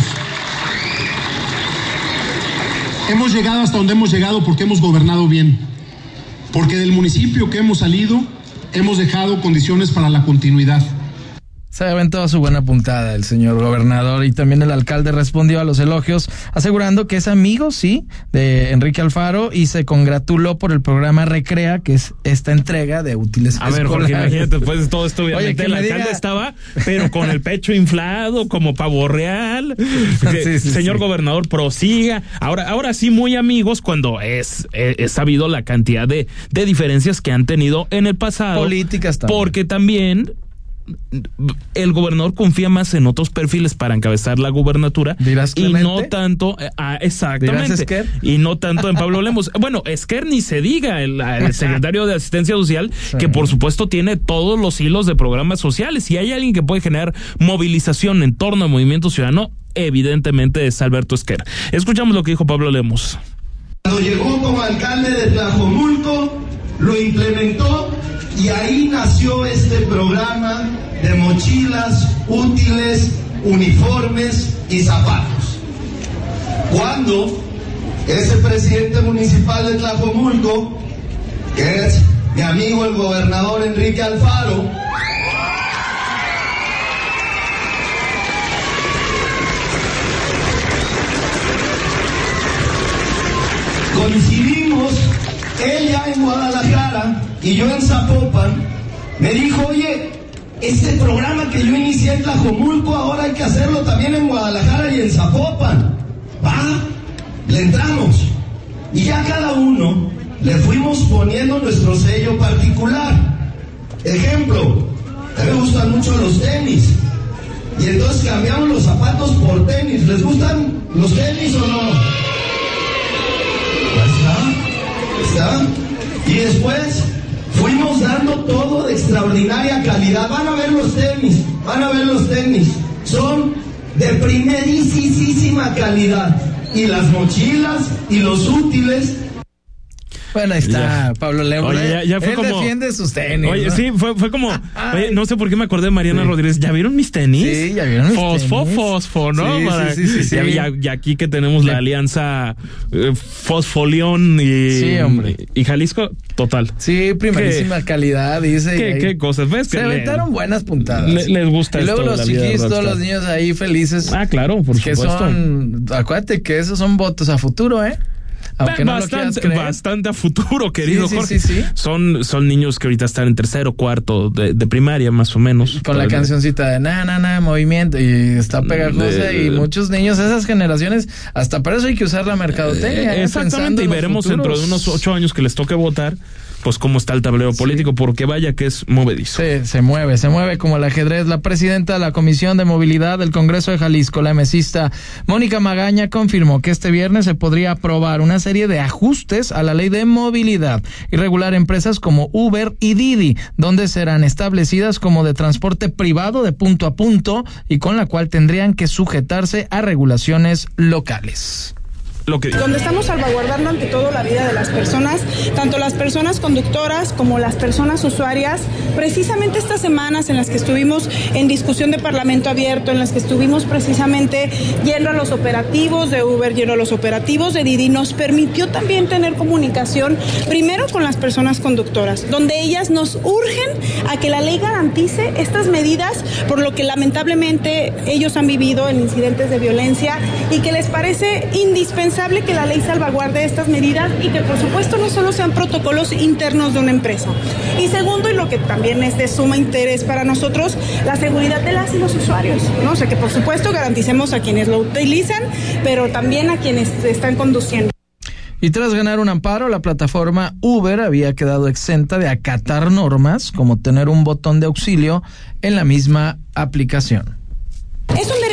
Hemos llegado hasta donde hemos llegado porque hemos gobernado bien. Porque del municipio que hemos salido, hemos dejado condiciones para la continuidad. Se aventó su buena puntada el señor gobernador y también el alcalde respondió a los elogios asegurando que es amigo, sí, de Enrique Alfaro y se congratuló por el programa Recrea, que es esta entrega de útiles a escolares. A ver, Jorge, imagínate, después de todo esto, obviamente Oye, el alcalde diga... estaba, pero con el pecho inflado, como pavo real. sí, sí, Señor sí. gobernador, prosiga. Ahora, ahora sí, muy amigos, cuando es, es, es sabido la cantidad de, de diferencias que han tenido en el pasado. Políticas también. Porque también el gobernador confía más en otros perfiles para encabezar la gubernatura y no tanto ah, exactamente y no tanto en Pablo Lemos. Bueno, Esquer ni se diga, el, el secretario de Asistencia Social, sí. que por supuesto tiene todos los hilos de programas sociales. Si hay alguien que puede generar movilización en torno al Movimiento Ciudadano, evidentemente es Alberto Esquer. Escuchamos lo que dijo Pablo Lemos. Cuando llegó como alcalde de Tlajomulco, lo implementó y ahí nació este programa de mochilas, útiles, uniformes y zapatos. Cuando ese presidente municipal de Tlajomulco, que es mi amigo el gobernador Enrique Alfaro, coincidimos, ella en Guadalajara y yo en Zapopan, me dijo, oye, este programa que yo inicié en Tlajomulco, ahora hay que hacerlo también en Guadalajara y en Zapopan. Va, le entramos. Y ya cada uno le fuimos poniendo nuestro sello particular. Ejemplo, a mí me gustan mucho los tenis. Y entonces cambiamos los zapatos por tenis. ¿Les gustan los tenis o no? ¿Está? ¿Está? Y después fuimos dando todo de extraordinaria calidad. Van a ver los tenis, van a ver los tenis. Son de primerísima calidad. Y las mochilas y los útiles. Bueno, ahí está ya. Pablo Lemos. Oye, ya, ya fue Él como... defiende sus tenis. Oye, ¿no? sí, fue, fue como... Oye, no sé por qué me acordé de Mariana sí. Rodríguez. ¿Ya vieron mis tenis? Sí, ya vieron mis fosfo, tenis. Fosfo, ¿no? Sí, Para, sí, sí, sí, ya, sí. ya, ya aquí que tenemos sí. la alianza eh, Fosfoleón y... Sí, hombre. Y Jalisco, total. Sí, primerísima ¿Qué? calidad, dice. ¿Qué, qué cosas? ¿Ves Se que aventaron buenas puntadas. Le, les gusta y luego esto los de la vida chiquis, todos los niños ahí felices. Ah, claro, por que supuesto. Son, acuérdate que esos son votos a futuro, ¿eh? Aunque bastante, no bastante a futuro, querido sí, sí, Jorge. Sí, sí. Son, son niños que ahorita están en tercero, cuarto de, de primaria, más o menos. Con la cancioncita de na, na, na, movimiento. Y está pegajosa. De, y muchos niños, esas generaciones, hasta para eso hay que usar la mercadotecnia. Eh, exactamente, y veremos futuros. Dentro de unos ocho años que les toque votar, pues cómo está el tablero político, sí. porque vaya que es movedizo. Sí, se mueve, se mueve como el ajedrez. La presidenta de la Comisión de Movilidad del Congreso de Jalisco, la emesista Mónica Magaña, confirmó que este viernes se podría aprobar una serie de ajustes a la ley de movilidad y regular empresas como Uber y Didi, donde serán establecidas como de transporte privado de punto a punto y con la cual tendrían que sujetarse a regulaciones locales. Lo que... Donde estamos salvaguardando ante todo la vida de las personas, tanto las personas conductoras como las personas usuarias. Precisamente estas semanas en las que estuvimos en discusión de Parlamento Abierto, en las que estuvimos precisamente yendo a los operativos de Uber, yendo a los operativos de Didi, nos permitió también tener comunicación primero con las personas conductoras, donde ellas nos urgen a que la ley garantice estas medidas, por lo que lamentablemente ellos han vivido en incidentes de violencia y que les parece indispensable que la ley salvaguarde estas medidas y que por supuesto no solo sean protocolos internos de una empresa. Y segundo, y lo que también es de suma interés para nosotros, la seguridad de las y los usuarios, ¿no? O sea, que por supuesto garanticemos a quienes lo utilizan, pero también a quienes están conduciendo. Y tras ganar un amparo, la plataforma Uber había quedado exenta de acatar normas como tener un botón de auxilio en la misma aplicación. Es un derecho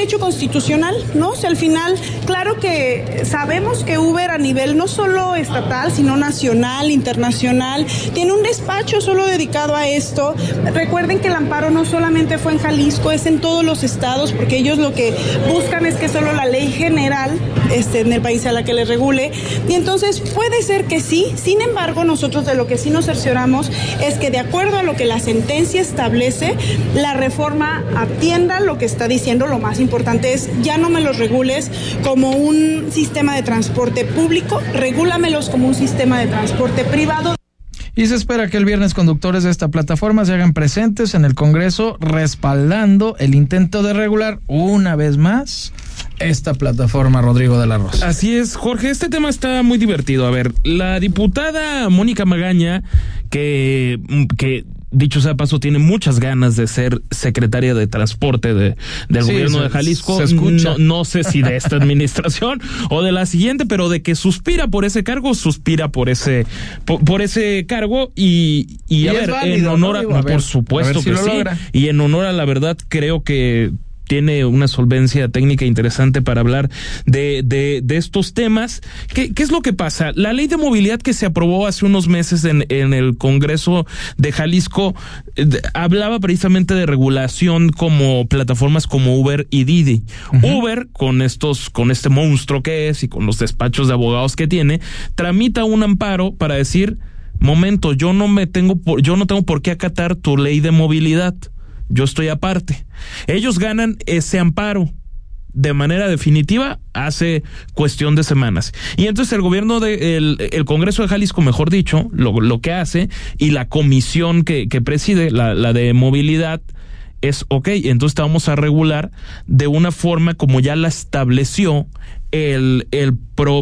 derecho constitucional, ¿no? O sea, al final, claro que sabemos que Uber a nivel no solo estatal, sino nacional, internacional, tiene un despacho solo dedicado a esto. Recuerden que el amparo no solamente fue en Jalisco, es en todos los estados, porque ellos lo que buscan es que solo la ley general este, en el país a la que les regule. Y entonces puede ser que sí, sin embargo, nosotros de lo que sí nos cercioramos es que de acuerdo a lo que la sentencia establece, la reforma atienda lo que está diciendo. Lo más importante es, ya no me los regules como un sistema de transporte público, regúlamelos como un sistema de transporte privado. Y se espera que el viernes conductores de esta plataforma se hagan presentes en el Congreso respaldando el intento de regular una vez más esta plataforma, Rodrigo de la Rosa. Así es, Jorge, este tema está muy divertido. A ver, la diputada Mónica Magaña, que, que dicho sea paso, tiene muchas ganas de ser secretaria de transporte de, del sí, gobierno se, de Jalisco. Se escucha. No, no sé si de esta administración o de la siguiente, pero de que suspira por ese cargo, suspira por ese por, por ese cargo y, y, y a ver, válido, en honor a, no, a ver, por supuesto a ver si que sí, logra. Y en honor a la verdad, creo que tiene una solvencia técnica interesante para hablar de, de, de estos temas. ¿Qué, ¿Qué es lo que pasa? La ley de movilidad que se aprobó hace unos meses en, en el Congreso de Jalisco eh, hablaba precisamente de regulación como plataformas como Uber y Didi. Uh-huh. Uber, con estos, con este monstruo que es y con los despachos de abogados que tiene, tramita un amparo para decir, momento, yo no me tengo por, yo no tengo por qué acatar tu ley de movilidad. Yo estoy aparte. Ellos ganan ese amparo de manera definitiva hace cuestión de semanas. Y entonces el gobierno de el, el Congreso de Jalisco, mejor dicho, lo, lo que hace, y la comisión que, que preside, la, la de movilidad, es ok, entonces te vamos a regular de una forma como ya la estableció el, el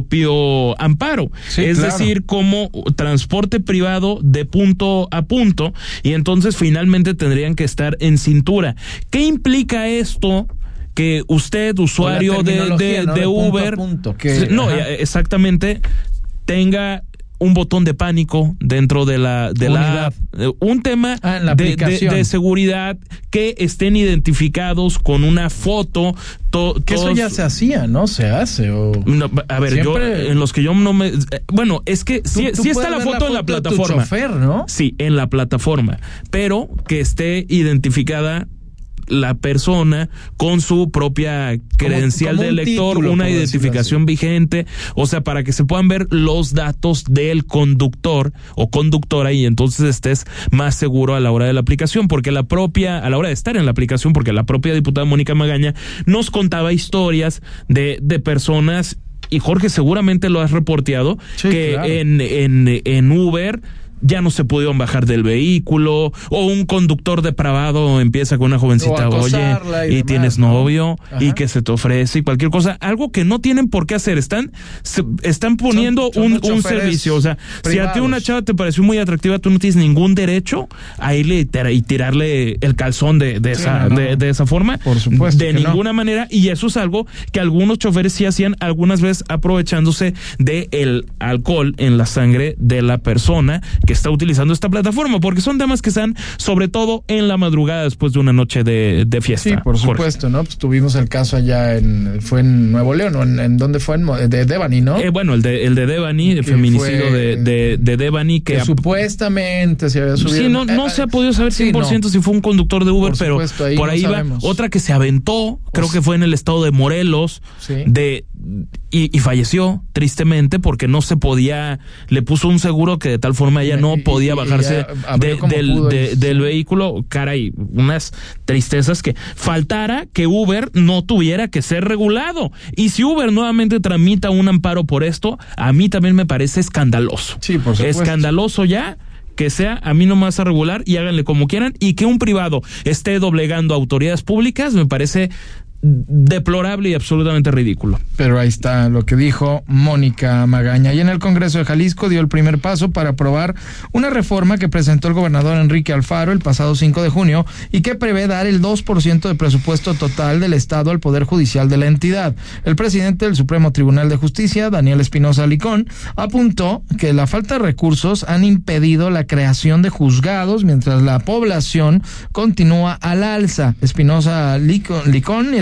propio amparo. Sí, es claro. Decir, como transporte privado de punto a punto, y entonces finalmente tendrían que estar en cintura. ¿Qué implica esto? Que usted, usuario de, de, ¿no? de, de Uber, punto a punto, que, no, ajá. exactamente, tenga un botón de pánico dentro de la de la app, un tema ah, en la de, de, de seguridad, que estén identificados con una foto. To, que todos, eso ya se hacía, ¿no? Se hace. O... No, a ver, siempre... yo en los que yo no me... Bueno, es que sí, sí está la foto, la foto en la plataforma. De tu chofer, ¿no? Sí, en la plataforma, pero que esté identificada la persona con su propia credencial como, como de lector, título, una identificación vigente, o sea, para que se puedan ver los datos del conductor o conductora y entonces estés más seguro a la hora de la aplicación, porque la propia, a la hora de estar en la aplicación, porque la propia diputada Mónica Magaña nos contaba historias de, de personas, y Jorge seguramente lo has reporteado, sí, que claro. en, en, en Uber ya no se pudieron bajar del vehículo, o un conductor depravado empieza con una jovencita, oye, y, y demás, tienes novio, ¿no? Y que se te ofrece y cualquier cosa, algo que no tienen por qué hacer, están se, están poniendo son, son un, un servicio, o sea, privados. Si a ti una chava te pareció muy atractiva, tú no tienes ningún derecho a irle y tirarle el calzón de, de sí, esa no, no. De, de esa forma, por supuesto, de ninguna no. manera, y eso es algo que algunos choferes sí hacían algunas veces, aprovechándose de el alcohol en la sangre de la persona que está utilizando esta plataforma, porque son temas que están sobre todo en la madrugada después de una noche de, de fiesta. Sí, por supuesto, Jorge. ¿No? Pues tuvimos el caso allá en, fue en Nuevo León, ¿no? ¿En, en dónde fue? En, de Devani, ¿no? Eh, bueno, el de, el de Devani, el feminicidio fue, de, de, de Devani, que, que supuestamente se había subido. Sí, no, no eh, se ha podido saber cien por ciento sí, no. si fue un conductor de Uber, por pero supuesto, ahí por no ahí sabemos. Va. Otra que se aventó, creo pues, que fue en el estado de Morelos, sí. de y, y falleció tristemente porque no se podía, le puso un seguro que de tal forma ella no podía y, bajarse y de, del, pudo, de, del vehículo. Caray, unas tristezas que faltara que Uber no tuviera que ser regulado. Y si Uber nuevamente tramita un amparo por esto, a mí también me parece escandaloso. Sí, por supuesto. Escandaloso ya que sea, a mí no me vas a regular y háganle como quieran, y que un privado esté doblegando a autoridades públicas me parece deplorable y absolutamente ridículo. Pero ahí está lo que dijo Mónica Magaña. Y en el Congreso de Jalisco dio el primer paso para aprobar una reforma que presentó el gobernador Enrique Alfaro el pasado cinco de junio y que prevé dar el dos por ciento de presupuesto total del Estado al Poder Judicial de la entidad. El presidente del Supremo Tribunal de Justicia, Daniel Espinosa Licón, apuntó que la falta de recursos han impedido la creación de juzgados mientras la población continúa al alza. Espinosa Licón, Licón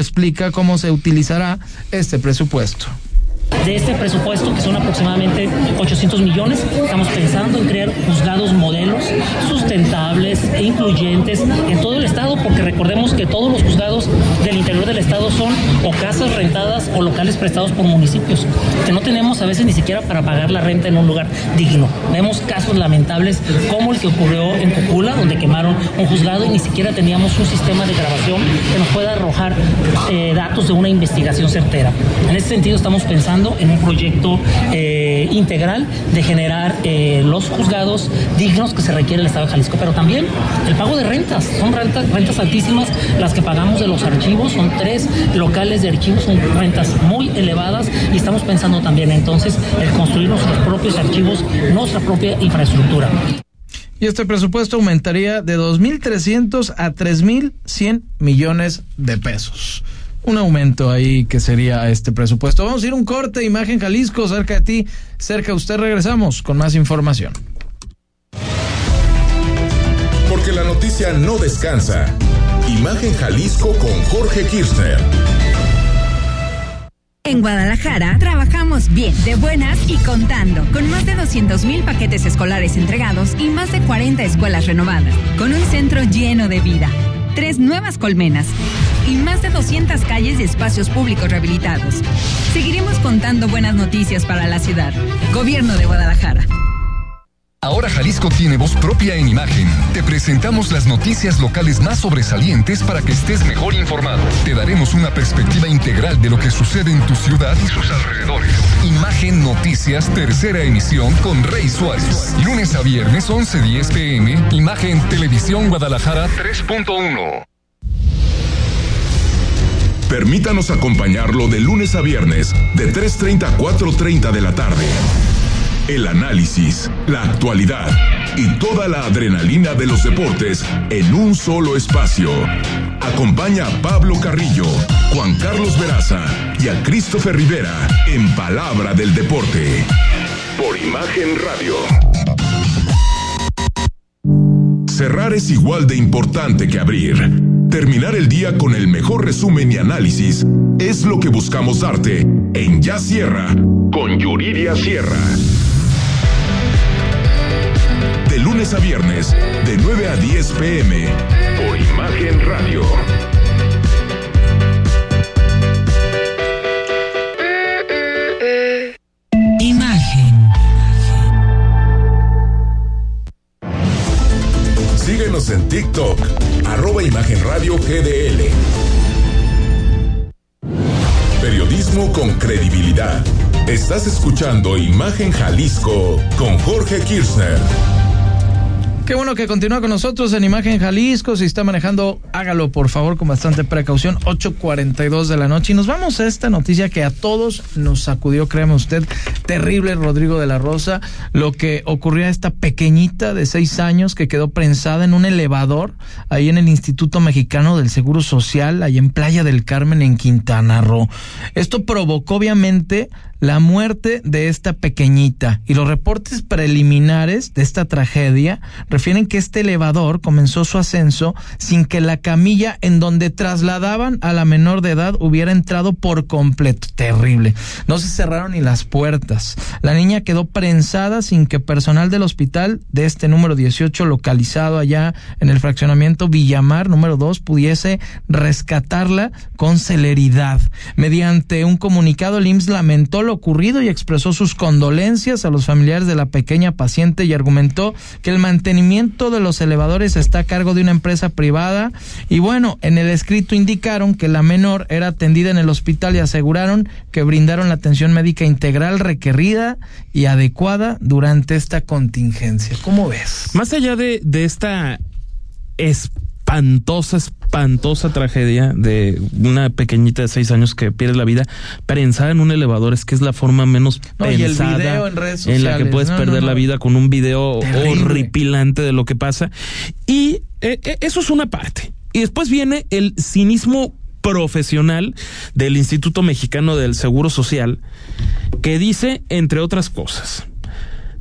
explica cómo se utilizará este presupuesto. De este presupuesto, que son aproximadamente ochocientos millones, estamos pensando en crear juzgados modelos sustentables e incluyentes en todo el estado, porque recordemos que todos los juzgados del interior del estado son o casas rentadas o locales prestados por municipios, que no tenemos a veces ni siquiera para pagar la renta en un lugar digno. Vemos casos lamentables como el que ocurrió en Cocula, donde quemaron un juzgado y ni siquiera teníamos un sistema de grabación que nos pueda arrojar eh, datos de una investigación certera. En ese sentido estamos pensando en un proyecto eh, integral de generar eh, los juzgados dignos que se requiere el Estado de Jalisco, pero también el pago de rentas. Son rentas, rentas altísimas las que pagamos de los archivos, son tres locales de archivos, son rentas muy elevadas y estamos pensando también entonces en construir nuestros propios archivos, nuestra propia infraestructura. Y este presupuesto aumentaría de dos mil trescientos a tres mil cien millones de pesos. Un aumento ahí que sería este presupuesto. Vamos a ir a un corte. Imagen Jalisco, cerca de ti, cerca de usted. Regresamos con más información. Porque la noticia no descansa. Imagen Jalisco con Jorge Kirchner. En Guadalajara trabajamos bien, de buenas y contando, con más de doscientos mil paquetes escolares entregados y más de cuarenta escuelas renovadas, con un centro lleno de vida, tres nuevas colmenas y más de doscientas calles y espacios públicos rehabilitados. Seguiremos contando buenas noticias para la ciudad. Gobierno de Guadalajara. Ahora Jalisco tiene voz propia en Imagen. Te presentamos las noticias locales más sobresalientes para que estés mejor informado. Te daremos una perspectiva integral de lo que sucede en tu ciudad y sus alrededores. Imagen Noticias, tercera emisión con Rey Suárez. Lunes a viernes, once diez pm. Imagen Televisión Guadalajara tres punto uno. Permítanos acompañarlo de lunes a viernes, de tres treinta a cuatro treinta de la tarde. El análisis, la actualidad y toda la adrenalina de los deportes en un solo espacio. Acompaña a Pablo Carrillo, Juan Carlos Veraza y a Christopher Rivera en Palabra del Deporte. Por Imagen Radio. Cerrar es igual de importante que abrir. Terminar el día con el mejor resumen y análisis es lo que buscamos darte en Ya Cierra con Yuridia Sierra. De lunes a viernes, de nueve a diez pm, por Imagen Radio. Imagen. Síguenos en TikTok, arroba Imagen Radio G D L. Periodismo con credibilidad. Estás escuchando Imagen Jalisco con Jorge Kirchner. Qué bueno que continúa con nosotros en Imagen Jalisco. Si está manejando, hágalo por favor con bastante precaución. ocho cuarenta y dos de la noche. Y nos vamos a esta noticia que a todos nos sacudió, créame usted. Terrible, Rodrigo de la Rosa. Lo que ocurrió a esta pequeñita de seis años que quedó prensada en un elevador ahí en el Instituto Mexicano del Seguro Social, ahí en Playa del Carmen, en Quintana Roo. Esto provocó obviamente la muerte de esta pequeñita, y los reportes preliminares de esta tragedia refieren que este elevador comenzó su ascenso sin que la camilla en donde trasladaban a la menor de edad hubiera entrado por completo. Terrible. No se cerraron ni las puertas. La niña quedó prensada sin que personal del hospital de este número dieciocho, localizado allá en el fraccionamiento Villamar número dos, pudiese rescatarla con celeridad. Mediante un comunicado, el I M S S lamentó lo ocurrido y expresó sus condolencias a los familiares de la pequeña paciente y argumentó que el mantenimiento de los elevadores está a cargo de una empresa privada. Y bueno, en el escrito indicaron que la menor era atendida en el hospital y aseguraron que brindaron la atención médica integral requerida y adecuada durante esta contingencia. ¿Cómo ves? Más allá de, de esta espantosa, espantosa tragedia de una pequeñita de seis años que pierde la vida prensada en un elevador, es que es la forma menos no, pensada y el video en, redes sociales, en la que puedes no, perder no, no. la vida, con un video terrible, horripilante de lo que pasa. Y eh, eh, eso es una parte. Y después viene el cinismo profesional del Instituto Mexicano del Seguro Social, que dice, entre otras cosas,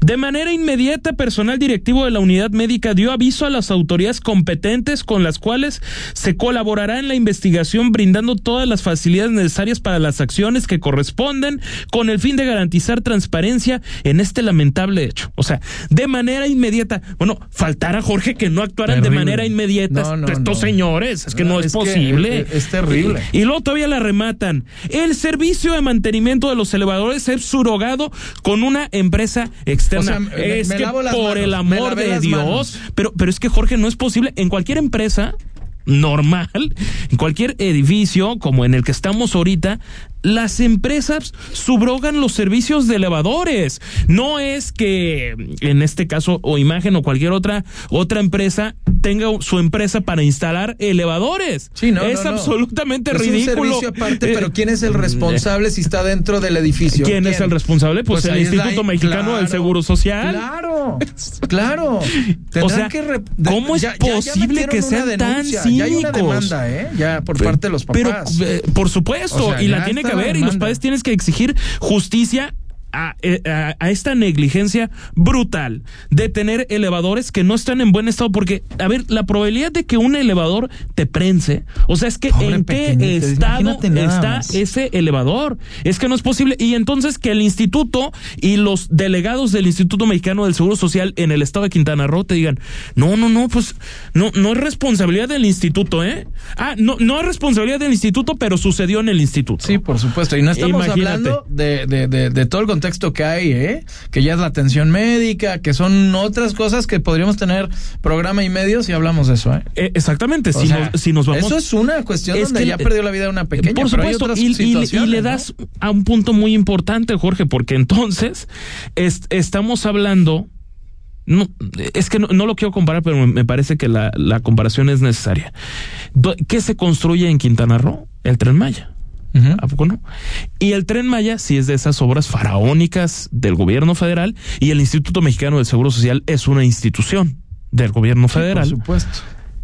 De manera inmediata, personal directivo de la unidad médica dio aviso a las autoridades competentes con las cuales se colaborará en la investigación, brindando todas las facilidades necesarias para las acciones que corresponden con el fin de garantizar transparencia en este lamentable hecho. O sea, de manera inmediata. Bueno, faltara, Jorge, que no actuaran terrible. de manera inmediata no, no, estos no. señores. Es que no, no es, es posible. Es, es terrible. Y, y luego todavía la rematan. El servicio de mantenimiento de los elevadores es surrogado con una empresa externa. O sea, es me, me que por manos, el amor de Dios. Pero, pero es que, Jorge, no es posible. En cualquier empresa normal, en cualquier edificio como en el que estamos ahorita, las empresas subrogan los servicios de elevadores. No es que en este caso o Imagen o cualquier otra otra empresa tenga su empresa para instalar elevadores. Sí, no, es no, no. absolutamente es ridículo. Un servicio aparte, eh, pero ¿quién es el responsable si está dentro del edificio? ¿Quién, ¿Quién? es el responsable? Pues, pues el Instituto la... Mexicano claro, del Seguro Social. Claro, claro. O sea, que re... ¿cómo es ya, posible ya que sean tan cínicos? Ya hay una demanda, ¿eh? Ya por pero, parte de los papás. Pero, eh, por supuesto, o sea, y la tiene que haber, y los padres tienes que exigir justicia A, a, a esta negligencia brutal de tener elevadores que no están en buen estado, porque, a ver, la probabilidad de que un elevador te prense, o sea, es que Pobre en qué estado está ese elevador, es que no es posible, y entonces que el instituto y los delegados del Instituto Mexicano del Seguro Social en el estado de Quintana Roo te digan, no, no, no, pues, no, no es responsabilidad del instituto, ¿eh? Ah, no, no es responsabilidad del instituto, pero sucedió en el instituto. Sí, por supuesto, y no estamos Imagínate. hablando de, de, de, de todo el contexto que hay, ¿eh? Que ya es la atención médica, que son otras cosas que podríamos tener programa y medio si hablamos de eso, ¿eh? eh exactamente, si, sea, nos, si nos vamos... Eso es una cuestión es donde que, ya perdió la vida una pequeña, por pero supuesto, hay otras y, situaciones, y, y le das ¿no? a un punto muy importante, Jorge, porque entonces es, estamos hablando... No, es que no, no lo quiero comparar, pero me parece que la, la comparación es necesaria. ¿Qué se construye en Quintana Roo? El Tren Maya. Uh-huh. ¿A poco no? Y el Tren Maya sí es de esas obras faraónicas del gobierno federal, y el Instituto Mexicano del Seguro Social es una institución del gobierno federal. Sí, por supuesto.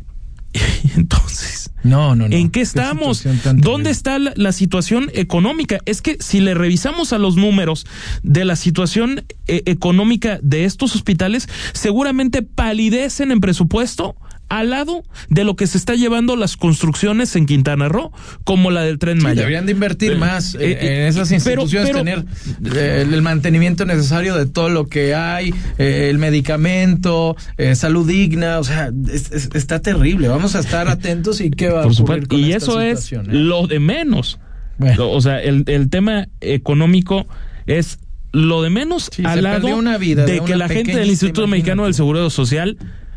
Y entonces, no, no, no. ¿en qué estamos? ¿Qué ¿Dónde está la, la situación económica? Es que si le revisamos a los números de la situación eh, económica de estos hospitales, seguramente palidecen en presupuesto al lado de lo que se está llevando las construcciones en Quintana Roo, como la del Tren Maya. Sí, deberían de invertir eh, más eh, en esas instituciones, pero, pero, tener eh, el mantenimiento necesario de todo lo que hay, eh, el medicamento, eh, salud digna, o sea, es, es, está terrible. Vamos a estar atentos y qué va a ocurrir con y esta eso situación, es ¿eh? lo de menos. Bueno. O sea, el, el tema económico es lo de menos, sí, al lado una vida de, de que una la gente del Instituto Mexicano del Seguro Social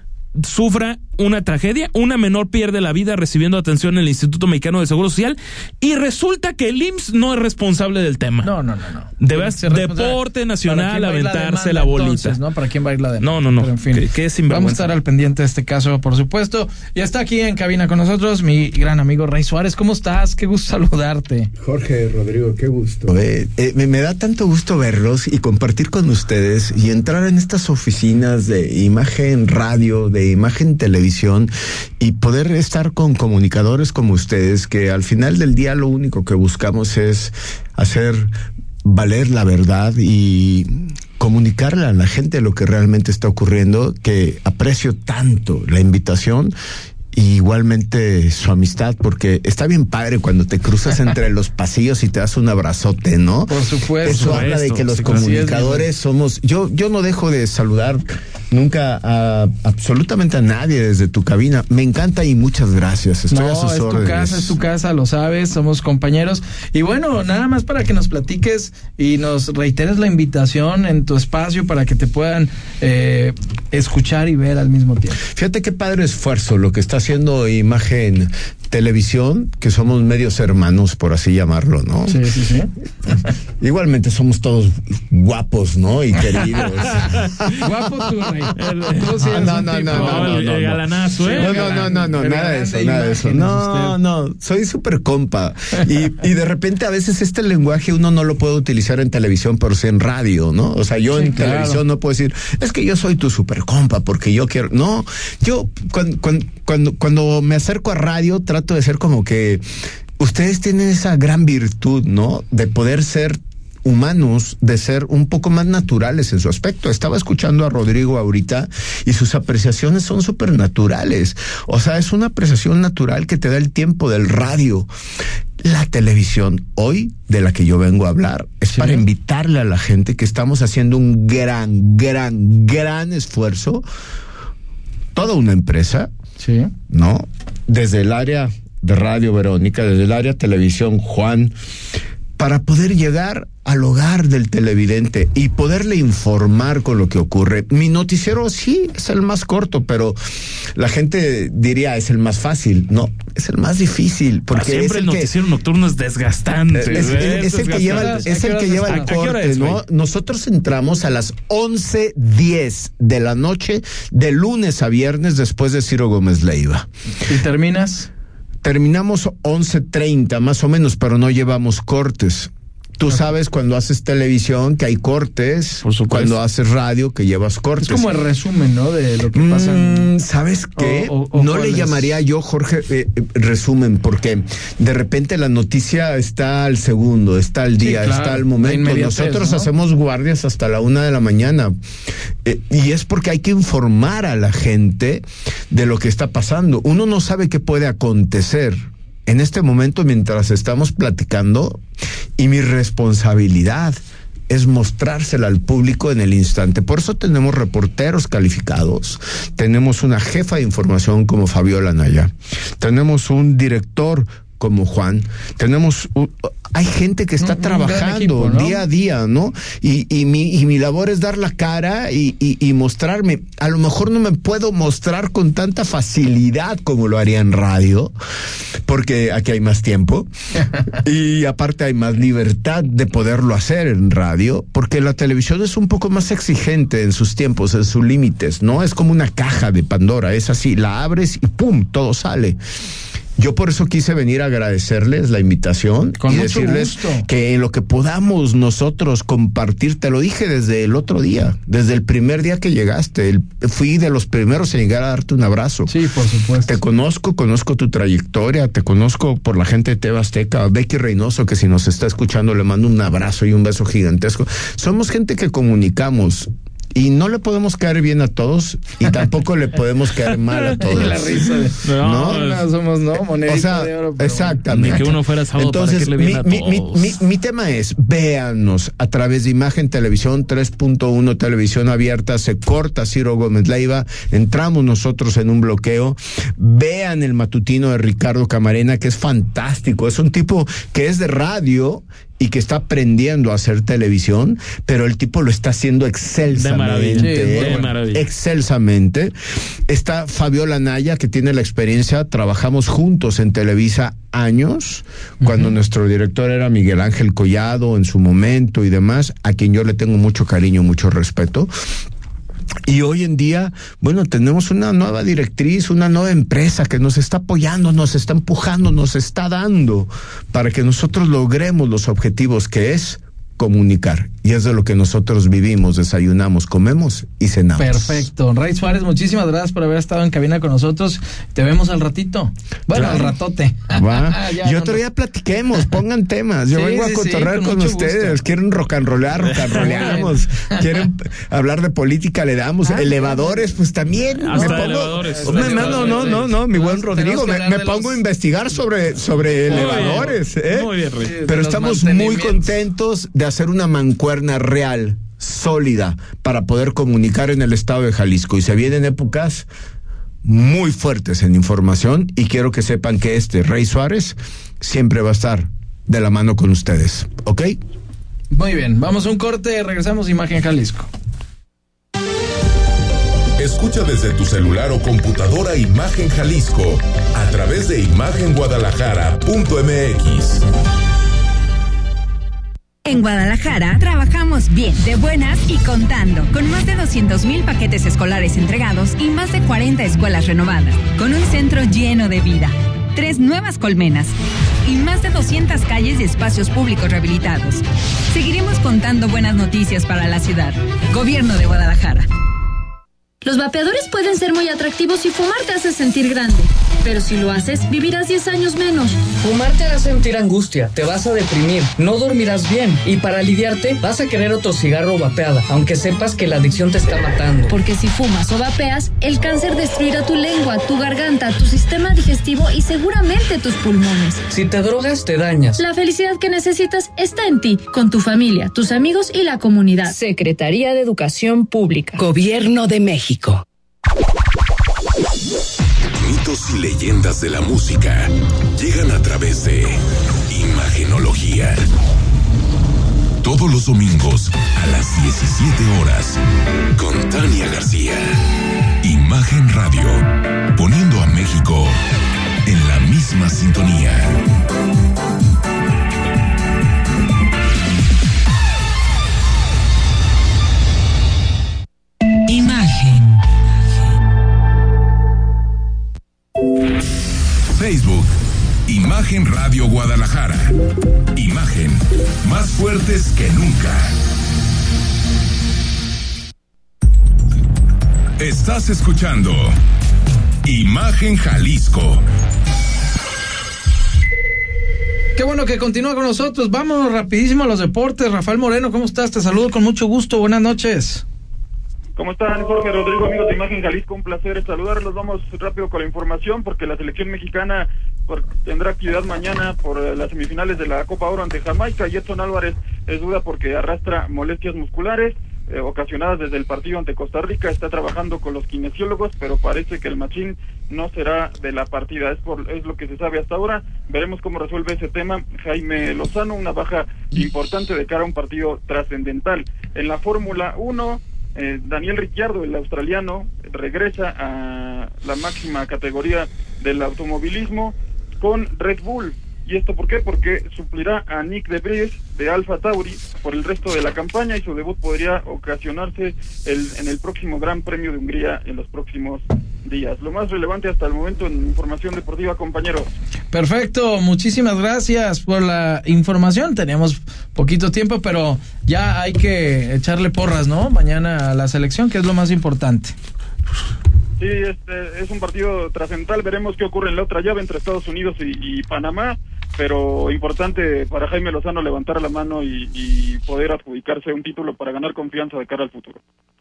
sufra una tragedia, una menor pierde la vida recibiendo atención en el Instituto Mexicano del Seguro Social, y resulta que el I M S S no es responsable del tema. No, no, no, no. Debes Deporte Nacional aventarse la, la bolita. Entonces, ¿no? ¿Para quién va a ir la demanda? No, no, no. Pero en fin, que, que es sinvergüenza. Vamos a estar al pendiente de este caso, por supuesto. Y está aquí en cabina con nosotros mi gran amigo Rey Suárez. ¿Cómo estás? Qué gusto saludarte. Jorge, Rodrigo, qué gusto. Eh, eh, me, me da tanto gusto verlos y compartir con ustedes y entrar en estas oficinas de Imagen Radio, de Imagen Televisión, y poder estar con comunicadores como ustedes, que al final del día lo único que buscamos es hacer valer la verdad y comunicarle a la gente lo que realmente está ocurriendo, que aprecio tanto la invitación y igualmente su amistad, porque está bien padre cuando te cruzas entre los pasillos y te das un abrazote, ¿no? Por supuesto. Eso habla de que los comunicadores somos... Yo, yo no dejo de saludar nunca a absolutamente a nadie desde tu cabina. Me encanta y muchas gracias. Estoy no, a sus es órdenes. tu casa, es tu casa, lo sabes, somos compañeros. Y bueno, nada más para que nos platiques y nos reiteres la invitación en tu espacio para que te puedan eh, escuchar y ver al mismo tiempo. Fíjate qué padre esfuerzo lo que está haciendo Imagen Televisión, que somos medios hermanos, por así llamarlo, ¿no? Sí, sí, sí. Igualmente somos todos guapos, ¿no? Y queridos. Guapo tú, Rey. Tú sí no, no, no, no, no, el galanazo, ¿eh? No, no, no, no, no, nada de eso, nada de eso. No, no, soy súper compa. Y, y de repente a veces este lenguaje uno no lo puede utilizar en televisión, pero sí en radio, ¿no? O sea, yo sí, en claro. televisión no puedo decir, es que yo soy tu súper compa porque yo quiero. No, yo cuando, cuando, cuando, cuando me acerco a radio trato de ser como que ustedes tienen esa gran virtud, ¿no? De poder ser humanos de ser un poco más naturales en su aspecto. Estaba escuchando a Rodrigo ahorita y sus apreciaciones son súper naturales. O sea, es una apreciación natural que te da el tiempo del radio. La televisión hoy, de la que yo vengo a hablar, es sí. para invitarle a la gente que estamos haciendo un gran, gran, gran esfuerzo. Toda una empresa, sí. ¿no? Desde el área de radio Verónica, desde el área televisión Juan, para poder llegar al hogar del televidente y poderle informar con lo que ocurre. Mi noticiero sí es el más corto, pero la gente diría es el más fácil. No, es el más difícil. Porque siempre es el, el noticiero que, nocturno es desgastante. Es, es, es, es el que lleva, es el que lleva el corte, es, ¿no? Nosotros entramos a las once diez de la noche, de lunes a viernes, después de Ciro Gómez Leiva. ¿Y terminas? Terminamos once treinta más o menos, pero no llevamos cortes. Tú sabes cuando haces televisión que hay cortes, cuando haces radio que llevas cortes. Es como el resumen, ¿no? De lo que pasa. Mm, ¿Sabes qué? O, o, o no le es? llamaría yo, Jorge, eh, resumen, porque de repente la noticia está al segundo, está al día, sí, claro, está al momento. Nosotros ¿no? hacemos guardias hasta la una de la mañana. Eh, y es porque hay que informar a la gente de lo que está pasando. Uno no sabe qué puede acontecer en este momento mientras estamos platicando, y mi responsabilidad es mostrársela al público en el instante. Por eso tenemos reporteros calificados, tenemos una jefa de información como Fabiola Naya, tenemos un director como Juan, tenemos un, hay gente que está un, trabajando un equipo, ¿no? día a día, ¿no? Y, y, mi, y mi labor es dar la cara y, y, y mostrarme. A lo mejor no me puedo mostrar con tanta facilidad como lo haría en radio, porque aquí hay más tiempo y aparte hay más libertad de poderlo hacer en radio, porque la televisión es un poco más exigente en sus tiempos, en sus límites, ¿no? Es como una caja de Pandora, es así, la abres y ¡pum!, todo sale. Yo por eso quise venir a agradecerles la invitación Con y mucho decirles gusto. que en lo que podamos nosotros compartir, te lo dije desde el otro día, desde el primer día que llegaste, el, fui de los primeros en llegar a darte un abrazo. Sí, por supuesto. Te conozco, conozco tu trayectoria, te conozco por la gente de T V Azteca, Becky Reynoso, que si nos está escuchando le mando un abrazo y un beso gigantesco. Somos gente que comunicamos. Y no le podemos caer bien a todos y tampoco le podemos caer mal a todos. La risa de, no, no, no somos no monedita o sea, de oro. Pero exactamente. Ni que uno fuera sábado. Entonces, para mi, a mi, mi, todos. mi, mi tema es, véanos a través de Imagen Televisión tres punto uno, televisión abierta, se corta Ciro Gómez Leiva, entramos nosotros en un bloqueo, vean el matutino de Ricardo Camarena, que es fantástico, es un tipo que es de radio y que está aprendiendo a hacer televisión, pero el tipo lo está haciendo excelsamente. De maravilla, de maravilla. Excelsamente. Está Fabiola Naya, que tiene la experiencia, trabajamos juntos en Televisa años, cuando uh-huh. nuestro director era Miguel Ángel Collado en su momento y demás, a quien yo le tengo mucho cariño, mucho respeto. Y hoy en día, bueno, tenemos una nueva directriz, una nueva empresa que nos está apoyando, nos está empujando, nos está dando para que nosotros logremos los objetivos, que es comunicar. Y es de lo que nosotros vivimos, desayunamos, comemos y cenamos. Perfecto. Rey Suárez, muchísimas gracias por haber estado en cabina con nosotros. Te vemos al ratito. Bueno, claro. al ratote. Va. y otro no, día platiquemos, pongan temas. Yo sí, vengo a cotorrear sí, con, con ustedes. Gusto. Quieren rock and rollear, rock and rolleamos. Quieren hablar de política, le damos. Ah, elevadores, pues también. Hasta me pongo, elevadores. Me, no, no, no, no, no, mi buen Rodrigo. Me, me pongo los... a investigar sobre, sobre muy elevadores. Bien. ¿eh? Muy bien, Rey. Sí, Pero estamos muy contentos de hacer una mancuerna real, sólida, para poder comunicar en el estado de Jalisco. Y se vienen épocas muy fuertes en información y quiero que sepan que este Rey Suárez siempre va a estar de la mano con ustedes, ¿ok? Muy bien, vamos a un corte, regresamos a Imagen Jalisco. Escucha desde tu celular o computadora Imagen Jalisco a través de imagen guadalajara punto m x. En Guadalajara trabajamos bien, de buenas y contando, con más de doscientos mil paquetes escolares entregados y más de cuarenta escuelas renovadas, con un centro lleno de vida, tres nuevas colmenas y más de doscientas calles y espacios públicos rehabilitados. Seguiremos contando buenas noticias para la ciudad. Gobierno de Guadalajara. Los vapeadores pueden ser muy atractivos y fumar te hace sentir grande. pero si lo haces, vivirás diez años menos. Fumar te hará sentir angustia, te vas a deprimir, no dormirás bien y para aliviarte vas a querer otro cigarro o vapeada, aunque sepas que la adicción te está matando. Porque si fumas o vapeas, el cáncer destruirá tu lengua, tu garganta, tu sistema digestivo y seguramente tus pulmones. Si te drogas, te dañas. La felicidad que necesitas está en ti, con tu familia, tus amigos y la comunidad. Secretaría de Educación Pública. Gobierno de México. Mitos y leyendas de la música llegan a través de Imagenología. Todos los domingos a las diecisiete horas con Tania García. Imagen Radio, poniendo a México en la misma sintonía. Imagen. Facebook, Imagen Radio Guadalajara. Imagen, más fuertes que nunca. Estás escuchando Imagen Jalisco. Qué bueno que continúa con nosotros. Vámonos rapidísimo a los deportes. Rafael Moreno, ¿cómo estás? Te saludo con mucho gusto. Buenas noches. ¿Cómo están, Jorge, Rodrigo, amigos de Imagen Jalisco? Un placer saludarlos. Vamos rápido con la información porque la selección mexicana por, tendrá actividad mañana por eh, las semifinales de la Copa Oro ante Jamaica. Y Edson Álvarez es duda porque arrastra molestias musculares eh, ocasionadas desde el partido ante Costa Rica. Está trabajando con los kinesiólogos, pero parece que el machín no será de la partida. Es, por, es lo que se sabe hasta ahora. Veremos cómo resuelve ese tema Jaime Lozano, una baja importante de cara a un partido trascendental. En la Fórmula uno... Eh, Daniel Ricciardo, el australiano, regresa a la máxima categoría del automovilismo con Red Bull. ¿Y esto por qué? Porque suplirá a Nick de Vries de Alfa Tauri por el resto de la campaña y su debut podría ocasionarse el, en el próximo Gran Premio de Hungría en los próximos días. Lo más relevante hasta el momento en información deportiva, compañeros. Perfecto, muchísimas gracias por la información. Teníamos poquito tiempo, pero ya hay que echarle porras, ¿no? Mañana a la selección, que es lo más importante. Sí, este es un partido trascendental. Veremos qué ocurre en la otra llave entre Estados Unidos y, y Panamá, pero importante para Jaime Lozano levantar la mano y, y poder adjudicarse un título para ganar confianza de cara al futuro.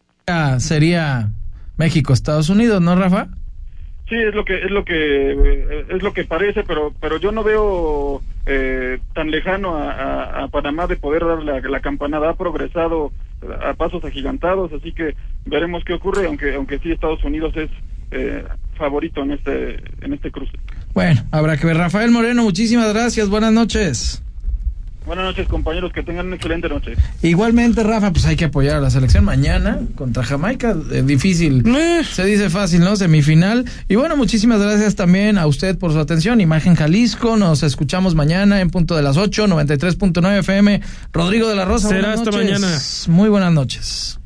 Sería México, Estados Unidos, ¿no, Rafa? Sí, es lo que es lo que eh, es lo que parece, pero pero yo no veo eh, tan lejano a, a, a Panamá de poder dar la, la campanada. Ha progresado a pasos agigantados, así que veremos qué ocurre, aunque aunque sí Estados Unidos es eh, favorito en este en este cruce. Bueno, habrá que ver. Rafael Moreno, muchísimas gracias, buenas noches. Buenas noches, compañeros, que tengan una excelente noche. Igualmente, Rafa, pues hay que apoyar a la selección mañana contra Jamaica. Eh, difícil, eh. se dice fácil, ¿no? Semifinal. Y bueno, muchísimas gracias también a usted por su atención. Imagen Jalisco, nos escuchamos mañana en punto de las ocho, noventa y tres punto nueve F M. Rodrigo de la Rosa, será hasta mañana. Muy buenas noches.